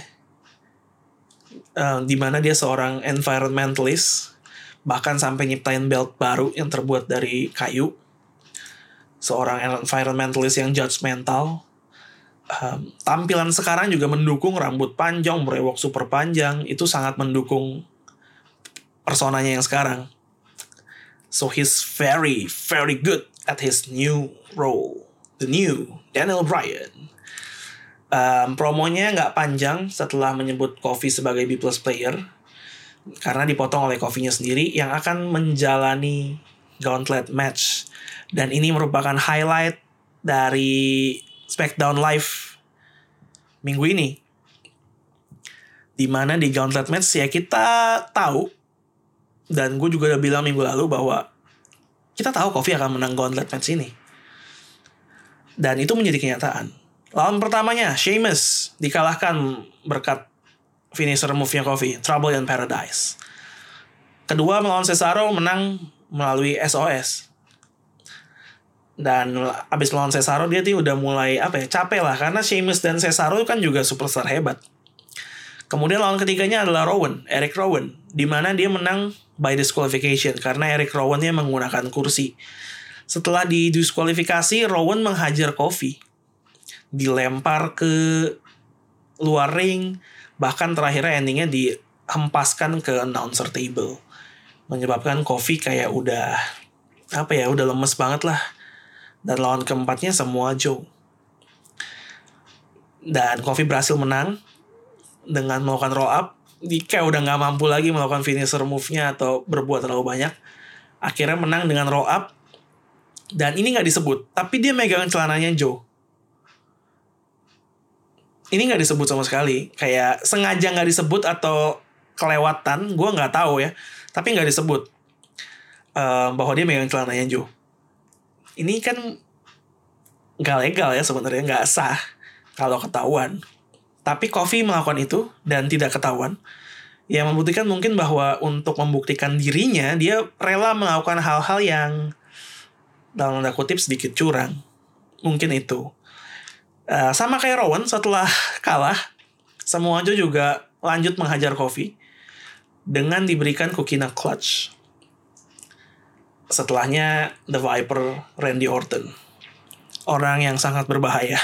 A: Uh, dimana dia seorang environmentalist, bahkan sampai nyiptain belt baru yang terbuat dari kayu. Seorang environmentalist yang judgmental. Um, tampilan sekarang juga mendukung rambut panjang, brewok super panjang. Itu sangat mendukung personanya yang sekarang. So he's very, very good at his new role. The new Daniel Bryan. Um, promonya gak panjang setelah menyebut Kofi sebagai B plus player, karena dipotong oleh Kofi-nya sendiri yang akan menjalani gauntlet match. Dan ini merupakan highlight dari SmackDown Live minggu ini. Dimana di gauntlet match ya kita tahu, dan gue juga udah bilang minggu lalu bahwa kita tahu Kofi akan menang gauntlet match ini. Dan itu menjadi kenyataan. Lawan pertamanya, Sheamus, dikalahkan berkat finisher move-nya Kofi, Trouble in Paradise. Kedua melawan Cesaro, menang melalui S O S. Dan abis lawan Cesaro dia tuh udah mulai apa ya, capek lah, karena Sheamus dan Cesaro kan juga superstar hebat. Kemudian lawan ketiganya adalah Rowan, Eric Rowan, di mana dia menang by disqualification karena Eric Rowan-nya menggunakan kursi. Setelah didiskualifikasi, Rowan menghajar Kofi, dilempar ke luar ring, bahkan terakhirnya endingnya dihempaskan ke announcer table, menyebabkan Kofi kayak udah apa ya, udah lemes banget lah. Dan lawan keempatnya Samoa Joe. Dan Kofi berhasil menang dengan melakukan roll up. Dia kayak udah gak mampu lagi melakukan finisher move-nya atau berbuat terlalu banyak. Akhirnya menang dengan roll up. Dan ini gak disebut, tapi dia megang celananya Joe. Ini gak disebut sama sekali. Kayak sengaja gak disebut atau kelewatan, gue gak tahu ya. Tapi gak disebut uh, bahwa dia megang celananya Joe. Ini kan gak legal ya sebenarnya, gak sah kalau ketahuan. Tapi Kofi melakukan itu dan tidak ketahuan. Ya membuktikan mungkin bahwa untuk membuktikan dirinya, dia rela melakukan hal-hal yang dalam tanda kutip sedikit curang. Mungkin itu. Uh, sama kayak Rowan, setelah kalah, Samoa Joe juga lanjut menghajar Kofi dengan diberikan Coquina Clutch. Setelahnya The Viper, Randy Orton, orang yang sangat berbahaya.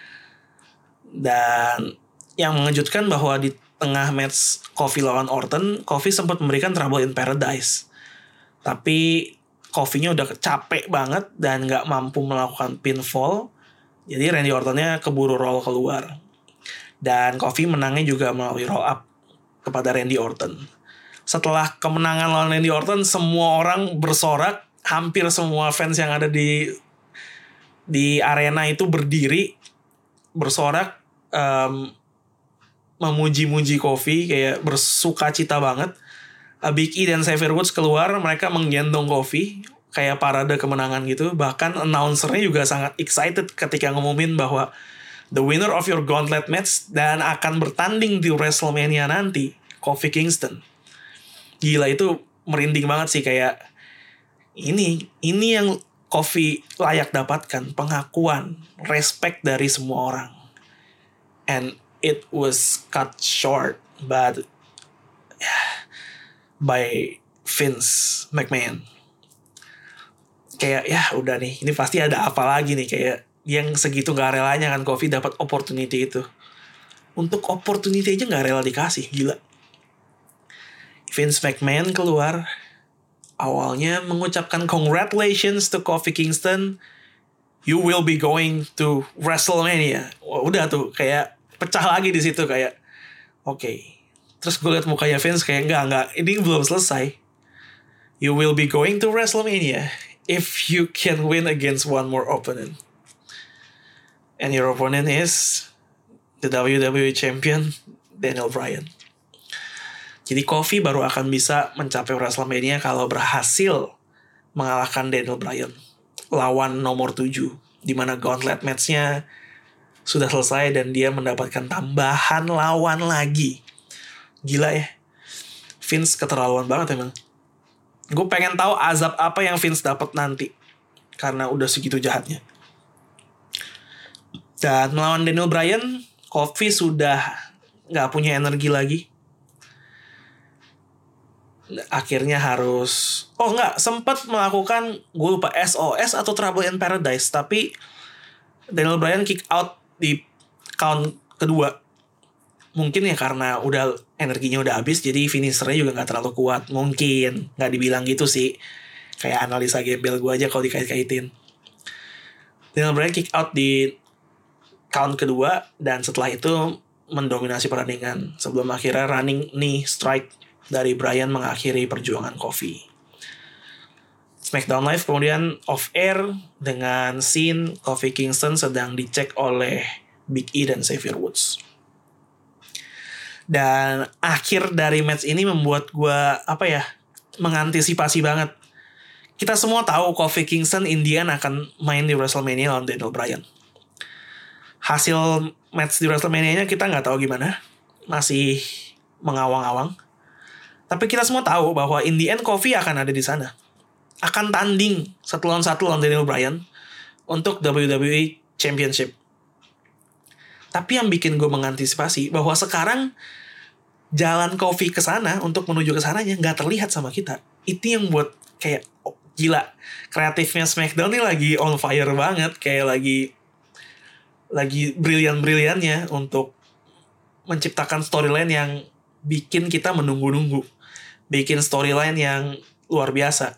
A: Dan yang mengejutkan bahwa di tengah match Kofi lawan Orton, Kofi sempat memberikan Trouble in Paradise, tapi Kofi-nya udah capek banget dan gak mampu melakukan pinfall. Jadi Randy Orton-nya keburu roll keluar. Dan Kofi menangnya juga melalui roll up kepada Randy Orton. Setelah kemenangan lawan Randy Orton, semua orang bersorak. Hampir semua fans yang ada di di arena itu berdiri, bersorak, um, memuji-muji Kofi, kayak bersukacita banget. Big E dan Xavier Woods keluar, mereka menggendong Kofi, kayak parade kemenangan gitu. Bahkan announcernya juga sangat excited ketika ngumumin bahwa the winner of your gauntlet match dan akan bertanding di WrestleMania nanti, Kofi Kingston. Gila, itu merinding banget sih, kayak ini ini yang Kofi layak dapatkan, pengakuan, respect dari semua orang. And it was cut short but by Vince McMahon. Kayak ya udah nih, ini pasti ada apa lagi nih, kayak yang segitu gak relanya kan Kofi dapat opportunity itu. Untuk opportunity aja gak rela dikasih, gila. Vince McMahon keluar, awalnya mengucapkan congratulations to Kofi Kingston, you will be going to WrestleMania. Wah, udah tuh kayak pecah lagi di situ, kayak oke. Okay. Terus gue liat mukanya Vince kayak enggak enggak ini belum selesai. You will be going to WrestleMania if you can win against one more opponent. And your opponent is the W W E Champion Daniel Bryan. Jadi Kofi baru akan bisa mencapai WrestleMania kalau berhasil mengalahkan Daniel Bryan lawan nomor tujuh, di mana gauntlet match-nya sudah selesai dan dia mendapatkan tambahan lawan lagi. Gila ya, Vince keterlaluan banget emang. Gue pengen tahu azab apa yang Vince dapat nanti karena udah segitu jahatnya. Dan melawan Daniel Bryan, Kofi sudah gak punya energi lagi. Akhirnya harus oh enggak, sempat melakukan, gue lupa S O S atau Trouble in Paradise, tapi Daniel Bryan kick out di count kedua. Mungkin ya karena udah energinya udah habis, jadi finishernya juga gak terlalu kuat. Mungkin, gak dibilang gitu sih, kayak analisa gembel gue aja kalau dikait-kaitin. Daniel Bryan kick out di count kedua, dan setelah itu mendominasi pertandingan sebelum akhirnya running knee strike dari Bryan mengakhiri perjuangan Kofi. SmackDown Live kemudian off air dengan scene Kofi Kingston sedang dicek oleh Big E dan Xavier Woods. Dan akhir dari match ini membuat gue apa ya, mengantisipasi banget. Kita semua tahu Kofi Kingston Indian akan main di WrestleMania lawan Daniel Bryan. Hasil match di WrestleMania-nya kita nggak tahu gimana, masih mengawang-awang. Tapi kita semua tahu bahwa in the end Kofi akan ada di sana, akan tanding satu lawan satu lawan Daniel Bryan. untuk W W E Championship. Tapi yang bikin gue mengantisipasi bahwa sekarang jalan Kofi ke sana untuk menuju ke sananya nggak terlihat sama kita. Itu yang buat kayak oh, gila, kreatifnya SmackDown nih lagi on fire banget, kayak lagi lagi brilian-briliannya untuk menciptakan storyline yang bikin kita menunggu-nunggu, bikin storyline yang luar biasa.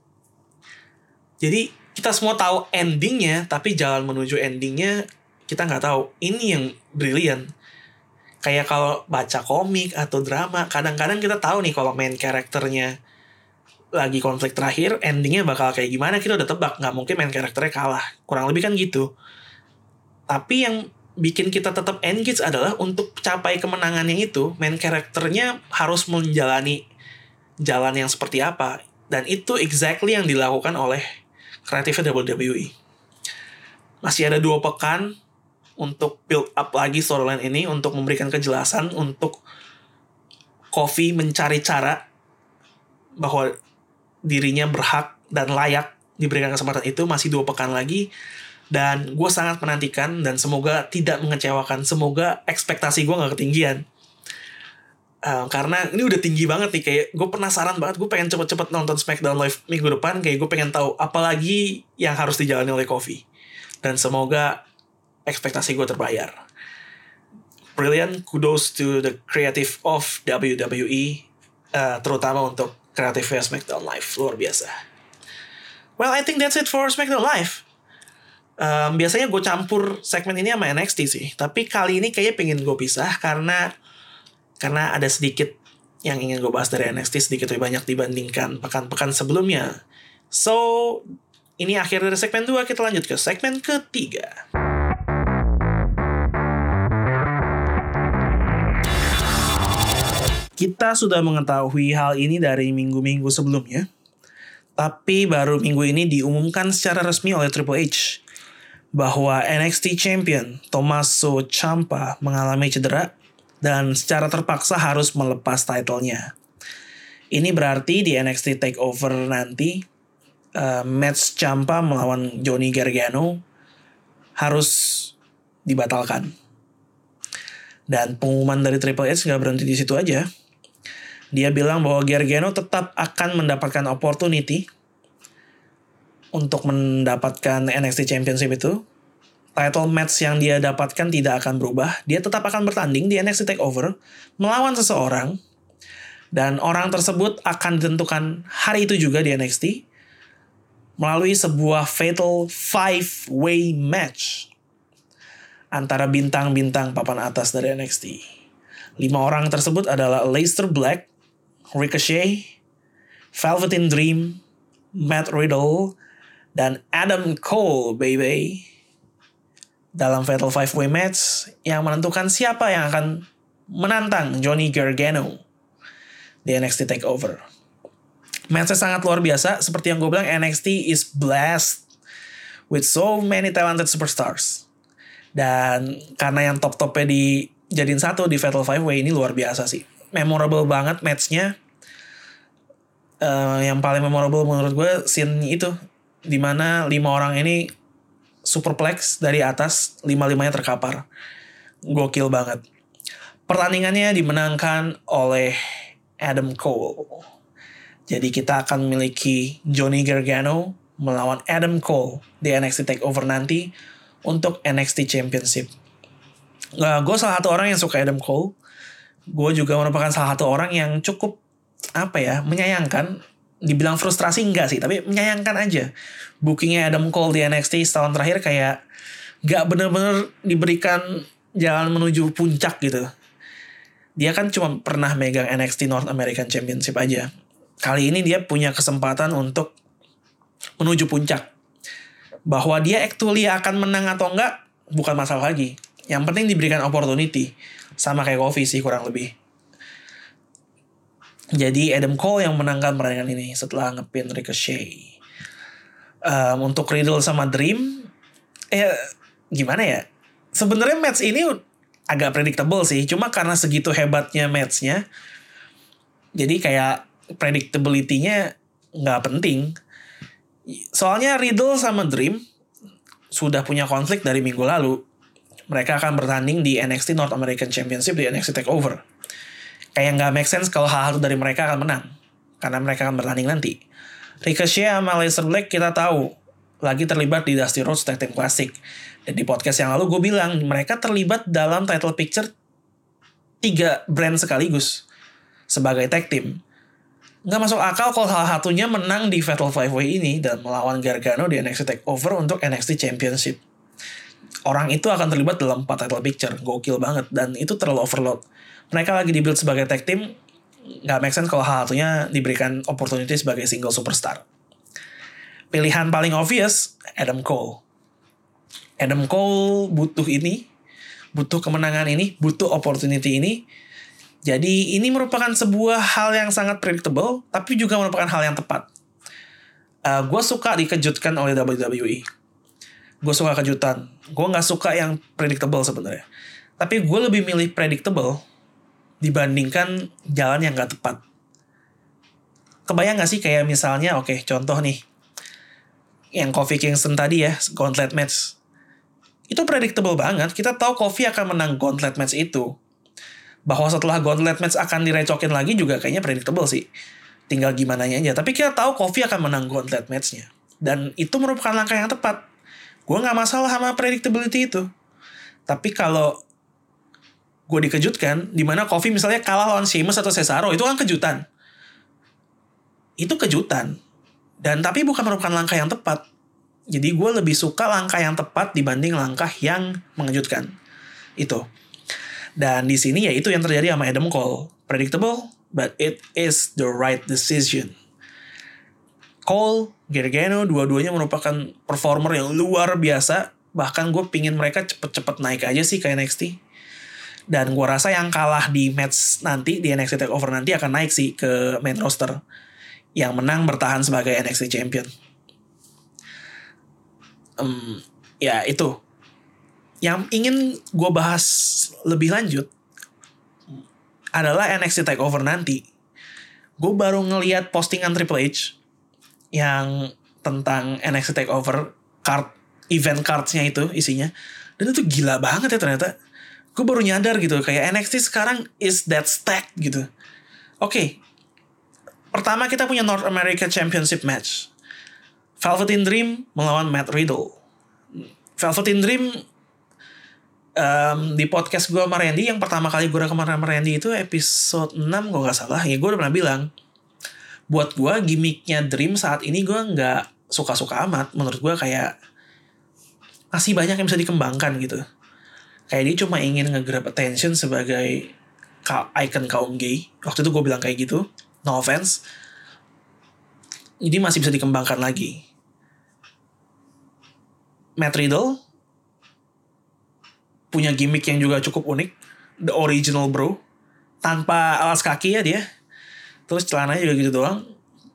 A: Jadi kita semua tahu endingnya, tapi jalan menuju endingnya kita nggak tahu. Ini yang brilian. Kayak kalau baca komik atau drama, kadang-kadang kita tahu nih kalau main karakternya lagi konflik terakhir, endingnya bakal kayak gimana, kita udah tebak. Nggak mungkin main karakternya kalah. Kurang lebih kan gitu. Tapi yang bikin kita tetap engage adalah untuk capai kemenangannya itu, main karakternya harus menjalani jalan yang seperti apa. Dan itu exactly yang dilakukan oleh kreatifnya W W E. Masih ada dua pekan untuk build up lagi storyline ini, untuk memberikan kejelasan, untuk Kofi mencari cara bahwa dirinya berhak dan layak diberikan kesempatan itu. Masih dua pekan lagi, dan gue sangat menantikan, dan semoga tidak mengecewakan, semoga ekspektasi gue gak ketinggian. Uh, karena ini udah tinggi banget nih, kayak gue penasaran banget, gue pengen cepet-cepet nonton SmackDown Live minggu depan, kayak gue pengen tahu apalagi yang harus dijalani oleh Kofi. Dan semoga ekspektasi gue terbayar. Brilliant, kudos to the creative of W W E, uh, terutama untuk kreatifnya SmackDown Live, luar biasa. Well, I think that's it for SmackDown Live. Um, biasanya gue campur segmen ini sama N X T sih, tapi kali ini kayaknya pengen gue pisah karena karena ada sedikit yang ingin gue bahas dari N X T, sedikit lebih banyak dibandingkan pekan-pekan sebelumnya. So, ini akhir dari segmen dua, kita lanjut ke segmen ketiga. Kita sudah mengetahui hal ini dari minggu-minggu sebelumnya, tapi baru minggu ini diumumkan secara resmi oleh Triple H bahwa N X T Champion Tommaso Ciampa mengalami cedera dan secara terpaksa harus melepas title-nya. Ini berarti di N X T Takeover nanti, uh, match Ciampa melawan Johnny Gargano harus dibatalkan. Dan pengumuman dari Triple H nggak berhenti di situ aja. Dia bilang bahwa Gargano tetap akan mendapatkan opportunity untuk mendapatkan N X T Championship itu. Title match yang dia dapatkan tidak akan berubah. Dia tetap akan bertanding di N X T TakeOver melawan seseorang. Dan orang tersebut akan ditentukan hari itu juga di N X T melalui sebuah fatal five-way match antara bintang-bintang papan atas dari N X T. Lima orang tersebut adalah Aleister Black, Ricochet, Velveteen Dream, Matt Riddle, dan Adam Cole, baby. Dalam Fatal five-Way Match yang menentukan siapa yang akan menantang Johnny Gargano di N X T TakeOver. Matchnya sangat luar biasa. Seperti yang gue bilang, N X T is blessed with so many talented superstars. Dan karena yang top-topnya dijadiin satu di Fatal five-Way, ini luar biasa sih. Memorable banget matchnya. Uh, yang paling memorable menurut gue scene itu, dimana lima orang ini superplex dari atas, lima-limanya terkapar. Gokil banget. Pertandingannya dimenangkan oleh Adam Cole. Jadi kita akan memiliki Johnny Gargano melawan Adam Cole di N X T TakeOver nanti untuk N X T Championship. Uh, gue salah satu orang yang suka Adam Cole. Gue juga merupakan salah satu orang yang cukup apa ya, menyayangkan, dibilang frustrasi enggak sih, tapi menyayangkan aja bookingnya Adam Cole di N X T setahun terakhir kayak gak bener-bener diberikan jalan menuju puncak gitu. Dia kan cuma pernah megang N X T North American Championship aja. Kali ini dia punya kesempatan untuk menuju puncak. Bahwa dia actually akan menang atau enggak bukan masalah lagi. Yang penting diberikan opportunity. Sama kayak Kofi sih kurang lebih. Jadi Adam Cole yang menangkan pertandingan ini setelah ngepin Ricochet. Um, untuk Riddle sama Dream, eh gimana ya? Sebenarnya match ini agak predictable sih, cuma karena segitu hebatnya matchnya, jadi kayak predictability-nya nggak penting. Soalnya Riddle sama Dream sudah punya konflik dari minggu lalu. Mereka akan bertanding di N X T North American Championship di N X T TakeOver. Kayak nggak make sense kalau hal-hal dari mereka akan menang. Karena mereka akan bertanding nanti. Ricochet sama Aleister Black kita tahu lagi terlibat di Dusty Rhodes Tag Team Classic. Dan di podcast yang lalu gue bilang mereka terlibat dalam title picture tiga brand sekaligus sebagai tag team. Nggak masuk akal kalau salah satunya menang di Fatal five way ini dan melawan Gargano di N X T TakeOver untuk N X T Championship. Orang itu akan terlibat dalam empat title picture. Gokil banget. Dan itu terlalu overload. Mereka lagi dibuild sebagai tag team. Nggak make sense kalau salah satunya diberikan opportunity sebagai single superstar. Pilihan paling obvious, Adam Cole. Adam Cole butuh ini. Butuh kemenangan ini. Butuh opportunity ini. Jadi ini merupakan sebuah hal yang sangat predictable, tapi juga merupakan hal yang tepat. Uh, gue suka dikejutkan oleh W W E. Gue suka kejutan. Gue nggak suka yang predictable sebenarnya. Tapi gue lebih milih predictable dibandingkan jalan yang nggak tepat. Kebayang nggak sih kayak misalnya, oke okay, contoh nih, yang Kofi Kingston tadi ya, gauntlet match. Itu predictable banget. Kita tahu Kofi akan menang gauntlet match itu. Bahwa setelah gauntlet match akan direcokin lagi juga kayaknya predictable sih. Tinggal gimananya aja. Tapi kita tahu Kofi akan menang gauntlet match-nya. Dan itu merupakan langkah yang tepat. Gue gak masalah sama predictability itu. Tapi kalau gue dikejutkan, dimana Kofi misalnya kalah lawan Sheamus atau Cesaro, itu kan kejutan. Itu kejutan. Dan tapi bukan merupakan langkah yang tepat. Jadi gue lebih suka langkah yang tepat dibanding langkah yang mengejutkan. Itu. Dan di sini ya itu yang terjadi sama Adam Cole. Predictable, but it is the right decision. Cole, Gargano, dua-duanya merupakan performer yang luar biasa. Bahkan gue pingin mereka cepet-cepet naik aja sih ke N X T. Dan gue rasa yang kalah di match nanti, di N X T TakeOver nanti akan naik sih ke main roster. Yang menang bertahan sebagai N X T Champion. Um, ya itu. Yang ingin gue bahas lebih lanjut adalah N X T TakeOver nanti. Gue baru ngelihat postingan Triple H yang tentang N X T TakeOver card, event cards-nya itu isinya. Dan itu gila banget ya ternyata. Gue baru nyadar gitu, kayak N X T sekarang is that stacked gitu. Oke, okay. Pertama kita punya North America Championship match. Velveteen Dream melawan Matt Riddle. Velveteen Dream Um, di podcast gue sama Randy, yang pertama kali gue rekam sama Randy itu episode enam gue gak salah. Ya gue udah pernah bilang, buat gue gimmicknya Dream saat ini gue gak suka-suka amat. Menurut gue kayak masih banyak yang bisa dikembangkan gitu. Kayak dia cuma ingin nge-grab attention sebagai icon kaum gay. Waktu itu gue bilang kayak gitu, no offense. Jadi masih bisa dikembangkan lagi. Matt Riddle punya gimmick yang juga cukup unik. The original bro. Tanpa alas kaki ya dia. Terus celananya juga gitu doang.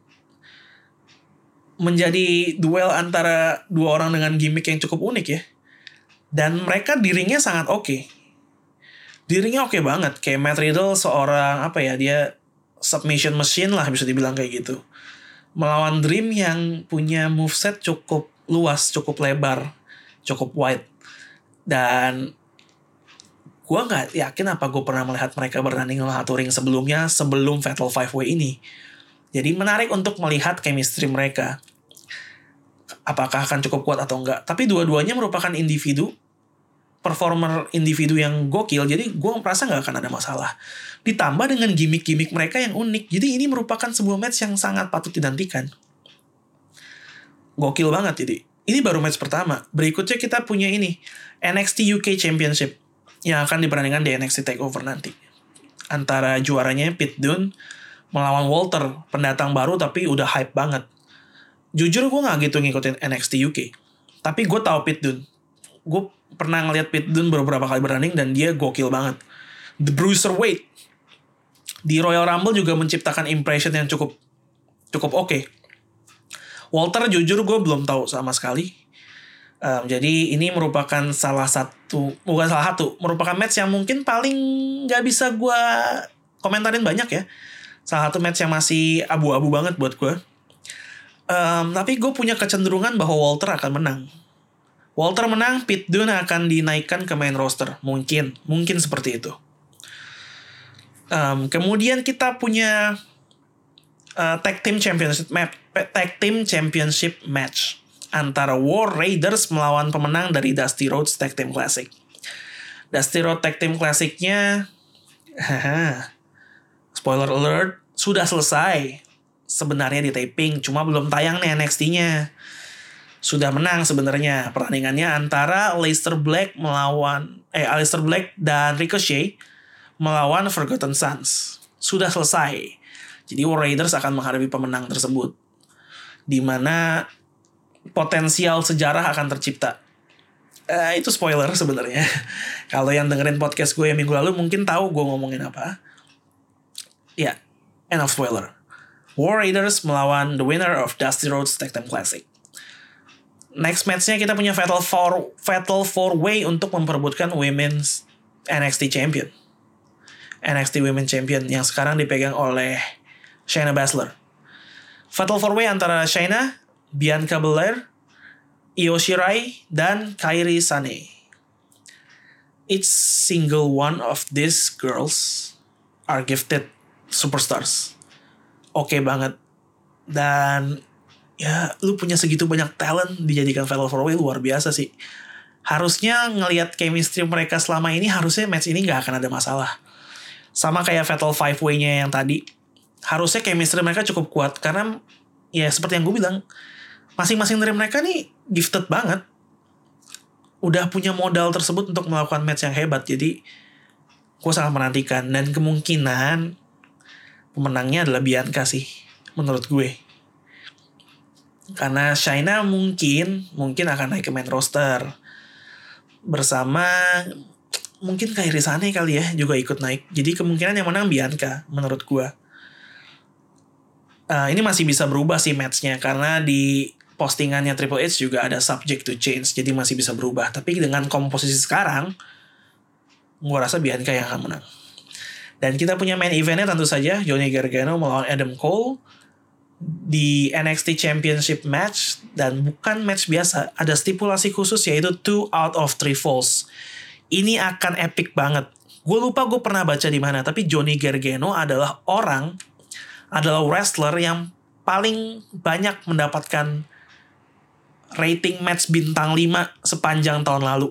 A: Menjadi duel antara dua orang dengan gimmick yang cukup unik ya. Dan mereka di ringnya sangat oke. Okay. Di ringnya oke okay banget. Kayak Matt Riddle seorang apa ya, dia submission machine lah bisa dibilang kayak gitu. Melawan Dream yang punya moveset cukup luas, cukup lebar, cukup wide. Dan gue gak yakin apa gue pernah melihat mereka bertanding dalam satu ring sebelumnya, sebelum Fatal five way ini. Jadi menarik untuk melihat chemistry mereka. Apakah akan cukup kuat atau enggak. Tapi dua-duanya merupakan individu, performer individu yang gokil. Jadi gue merasa gak akan ada masalah. Ditambah dengan gimmick-gimmick mereka yang unik. Jadi ini merupakan sebuah match yang sangat patut dinantikan. Gokil banget jadi. Ini baru match pertama. Berikutnya kita punya ini, N X T U K Championship yang akan dipertandingkan di N X T TakeOver nanti. Antara juaranya Pete Dunne melawan Walter, pendatang baru tapi udah hype banget. Jujur gue gak gitu ngikutin N X T U K. Tapi gue tahu Pete Dunne. Gue pernah ngeliat Pete Dunne beberapa kali bertanding dan dia gokil banget. The Bruiserweight. Di Royal Rumble juga menciptakan impression yang cukup cukup oke. Okay. Walter jujur gue belum tahu sama sekali. Um, jadi ini merupakan salah satu, bukan salah satu, merupakan match yang mungkin paling gak bisa gue komentarin banyak ya. Salah satu match yang masih abu-abu banget buat gue. Um, tapi gue punya kecenderungan bahwa Walter akan menang. Walter menang, Pete Dunne akan dinaikkan ke main roster. Mungkin, mungkin seperti itu. Um, kemudian kita punya uh, tag team championship match, tag team championship match antara War Raiders melawan pemenang dari Dusty Rhodes Tag Team Classic. Dusty Rhodes Tag Team Classic-nya, spoiler alert, sudah selesai. Sebenarnya di taping, cuma belum tayang nih N X T-nya. Sudah menang sebenarnya pertandingannya antara Aleister Black melawan eh Aleister Black dan Ricochet melawan Forgotten Sons. Sudah selesai. Jadi War Raiders akan menghadapi pemenang tersebut, di mana potensial sejarah akan tercipta. Uh, itu spoiler sebenarnya. Kalau yang dengerin podcast gue yang minggu lalu mungkin tahu gue ngomongin apa. Ya, yeah, end of spoiler. War Raiders melawan the winner of Dusty Rhodes Tag Team Classic. Next match-nya kita punya Fatal Four Fatal Four Way untuk memperebutkan Women's N X T Champion. N X T Women's Champion yang sekarang dipegang oleh Shayna Baszler. Fatal Four Way antara Shayna, Bianca Belair, Io Shirai, dan Kairi Sane. Each single one of these girls are gifted superstars. Oke okay banget. Dan ya lu punya segitu banyak talent dijadikan Fatal Four Way, luar biasa sih. Harusnya ngelihat chemistry mereka selama ini, harusnya match ini gak akan ada masalah. Sama kayak Fatal Five Way-nya yang tadi, harusnya chemistry mereka cukup kuat. Karena ya seperti yang gue bilang, masing-masing dari mereka nih gifted banget. Udah punya modal tersebut untuk melakukan match yang hebat. Jadi gue sangat menantikan. Dan kemungkinan pemenangnya adalah Bianca sih, menurut gue. Karena Shayna mungkin mungkin akan naik ke main roster bersama mungkin Kairi Sane kali ya, juga ikut naik. Jadi kemungkinan yang menang Bianca menurut gue. Uh, ini masih bisa berubah sih matchnya, karena di postingannya Triple H juga ada subject to change, jadi masih bisa berubah. Tapi dengan komposisi sekarang, gue rasa Bianca yang akan menang. Dan kita punya main eventnya tentu saja Johnny Gargano melawan Adam Cole di N X T Championship match, dan bukan match biasa, ada stipulasi khusus yaitu two out of three falls. Ini akan epic banget. Gue lupa gue pernah baca di mana, tapi Johnny Gargano adalah orang, adalah wrestler yang paling banyak mendapatkan rating match bintang lima sepanjang tahun lalu.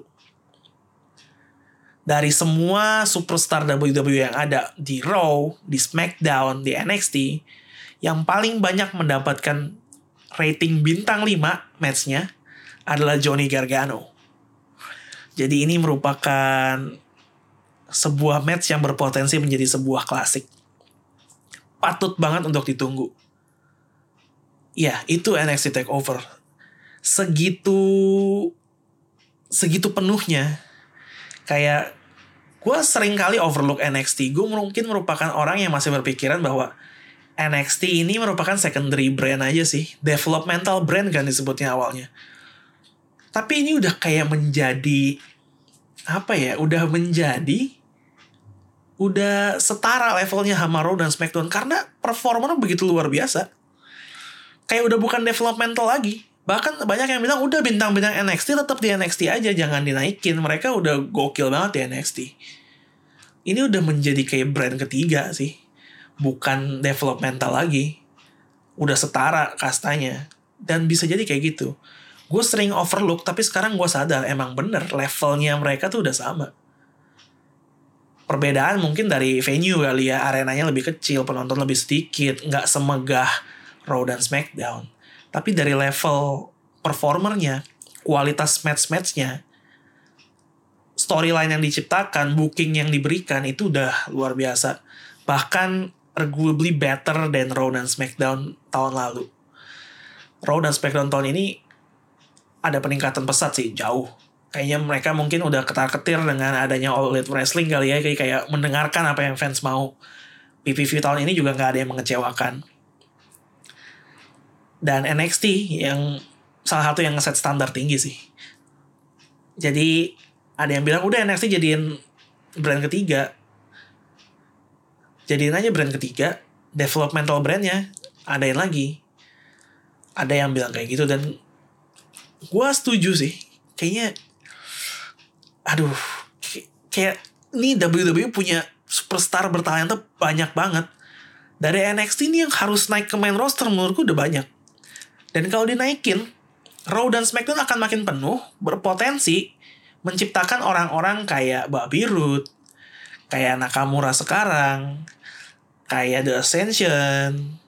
A: Dari semua superstar W W E yang ada di Raw, di SmackDown, di N X T, yang paling banyak mendapatkan rating bintang lima matchnya adalah Johnny Gargano. Jadi ini merupakan sebuah match yang berpotensi menjadi sebuah klasik. Patut banget untuk ditunggu. Ya, itu N X T TakeOver. Segitu segitu penuhnya. Kayak gue sering kali overlook N X T. Gue mungkin merupakan orang yang masih berpikiran bahwa N X T ini merupakan secondary brand aja sih. Developmental brand kan disebutnya awalnya. Tapi ini udah kayak menjadi, apa ya, udah menjadi, udah setara levelnya sama Raw dan SmackDown. Karena performanya begitu luar biasa. Kayak udah bukan developmental lagi. Bahkan banyak yang bilang, udah bintang-bintang N X T tetap di N X T aja, jangan dinaikin. Mereka udah gokil banget di N X T. Ini udah menjadi kayak brand ketiga sih. Bukan developmental lagi. Udah setara kastanya. Dan bisa jadi kayak gitu. Gue sering overlook, tapi sekarang gue sadar emang bener levelnya mereka tuh udah sama. Perbedaan mungkin dari venue kali ya. Arenanya lebih kecil, penonton lebih sedikit, gak semegah Raw dan SmackDown. Tapi dari level performernya, kualitas match-matchnya, storyline yang diciptakan, booking yang diberikan, itu udah luar biasa. Bahkan arguably better than Raw dan SmackDown tahun lalu. Raw dan SmackDown tahun ini ada peningkatan pesat sih, jauh. Kayaknya mereka mungkin udah ketar-ketir dengan adanya All Elite Wrestling kali ya, kayak, kayak mendengarkan apa yang fans mau. P P V tahun ini juga gak ada yang mengecewakan. Dan N X T yang salah satu yang ngeset standar tinggi sih. Jadi ada yang bilang udah N X T jadiin brand ketiga. Jadiin aja brand ketiga, developmental brandnya adain lagi. Ada yang bilang kayak gitu, dan gue setuju sih. kayaknya aduh kayak ini W W E punya superstar bertalenta banyak banget. Dari N X T ini yang harus naik ke main roster menurutku udah banyak. Dan kalau dinaikin, Raw dan SmackDown akan makin penuh, berpotensi menciptakan orang-orang kayak Bobby Roode, kayak Nakamura sekarang, kayak The Ascension,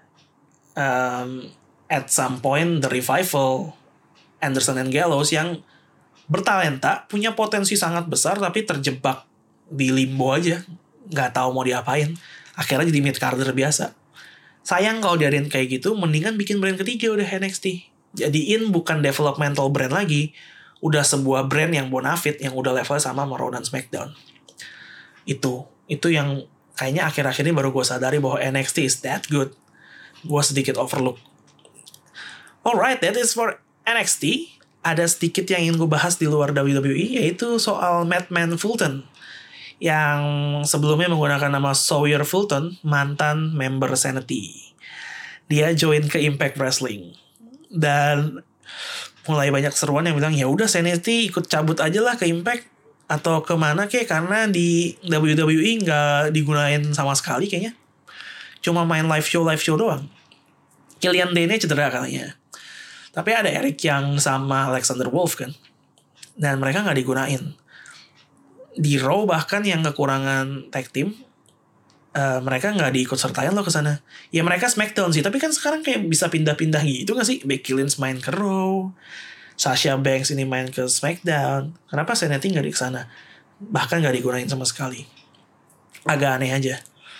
A: um, at some point The Revival, Anderson and Gallows yang bertalenta, punya potensi sangat besar tapi terjebak di limbo aja, nggak tahu mau diapain, akhirnya jadi mid-carder biasa. Sayang kalau diadain kayak gitu, mendingan bikin brand ketiga udah N X T. Jadiin bukan developmental brand lagi, udah sebuah brand yang bonafit, yang udah level sama Raw dan SmackDown. Itu, itu yang kayaknya akhir-akhir ini baru gue sadari bahwa N X T is that good. Gue sedikit overlook. Alright, that is for N X T. Ada sedikit yang ingin gue bahas di luar W W E, yaitu soal Madman Fulton, yang sebelumnya menggunakan nama Sawyer Fulton, mantan member Sanity. Dia join ke Impact Wrestling. Dan mulai banyak seruan yang bilang, ya udah Sanity ikut cabut aja lah ke Impact. Atau kemana kek, karena di W W E nggak digunain sama sekali kayaknya. Cuma main live show-live show doang. Killian Dane cedera katanya. Tapi ada Eric Young sama Alexander Wolf kan. Dan mereka gak digunain. Di Raw bahkan yang kekurangan tag team, uh, mereka gak diikut sertain loh ke sana. Ya mereka SmackDown sih, tapi kan sekarang kayak bisa pindah-pindah gitu gak sih? Becky Lynch main ke Raw, Sasha Banks ini main ke SmackDown. Kenapa Sanity gak di kesana? Bahkan gak digunain sama sekali. Agak aneh aja.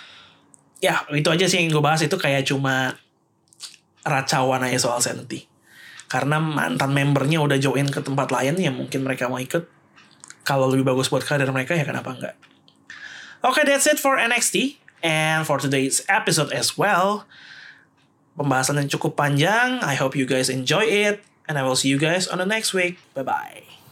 A: Ya itu aja sih yang gue bahas. Itu kayak cuma racauan aja soal Sanity. Karena mantan membernya udah join ke tempat lain, ya mungkin mereka mau ikut. Kalau lebih bagus buat karir mereka, ya kenapa enggak. Oke, okay, that's it for N X T. And for today's episode as well. Pembahasan yang cukup panjang. I hope you guys enjoy it. And I will see you guys on the next week. Bye-bye.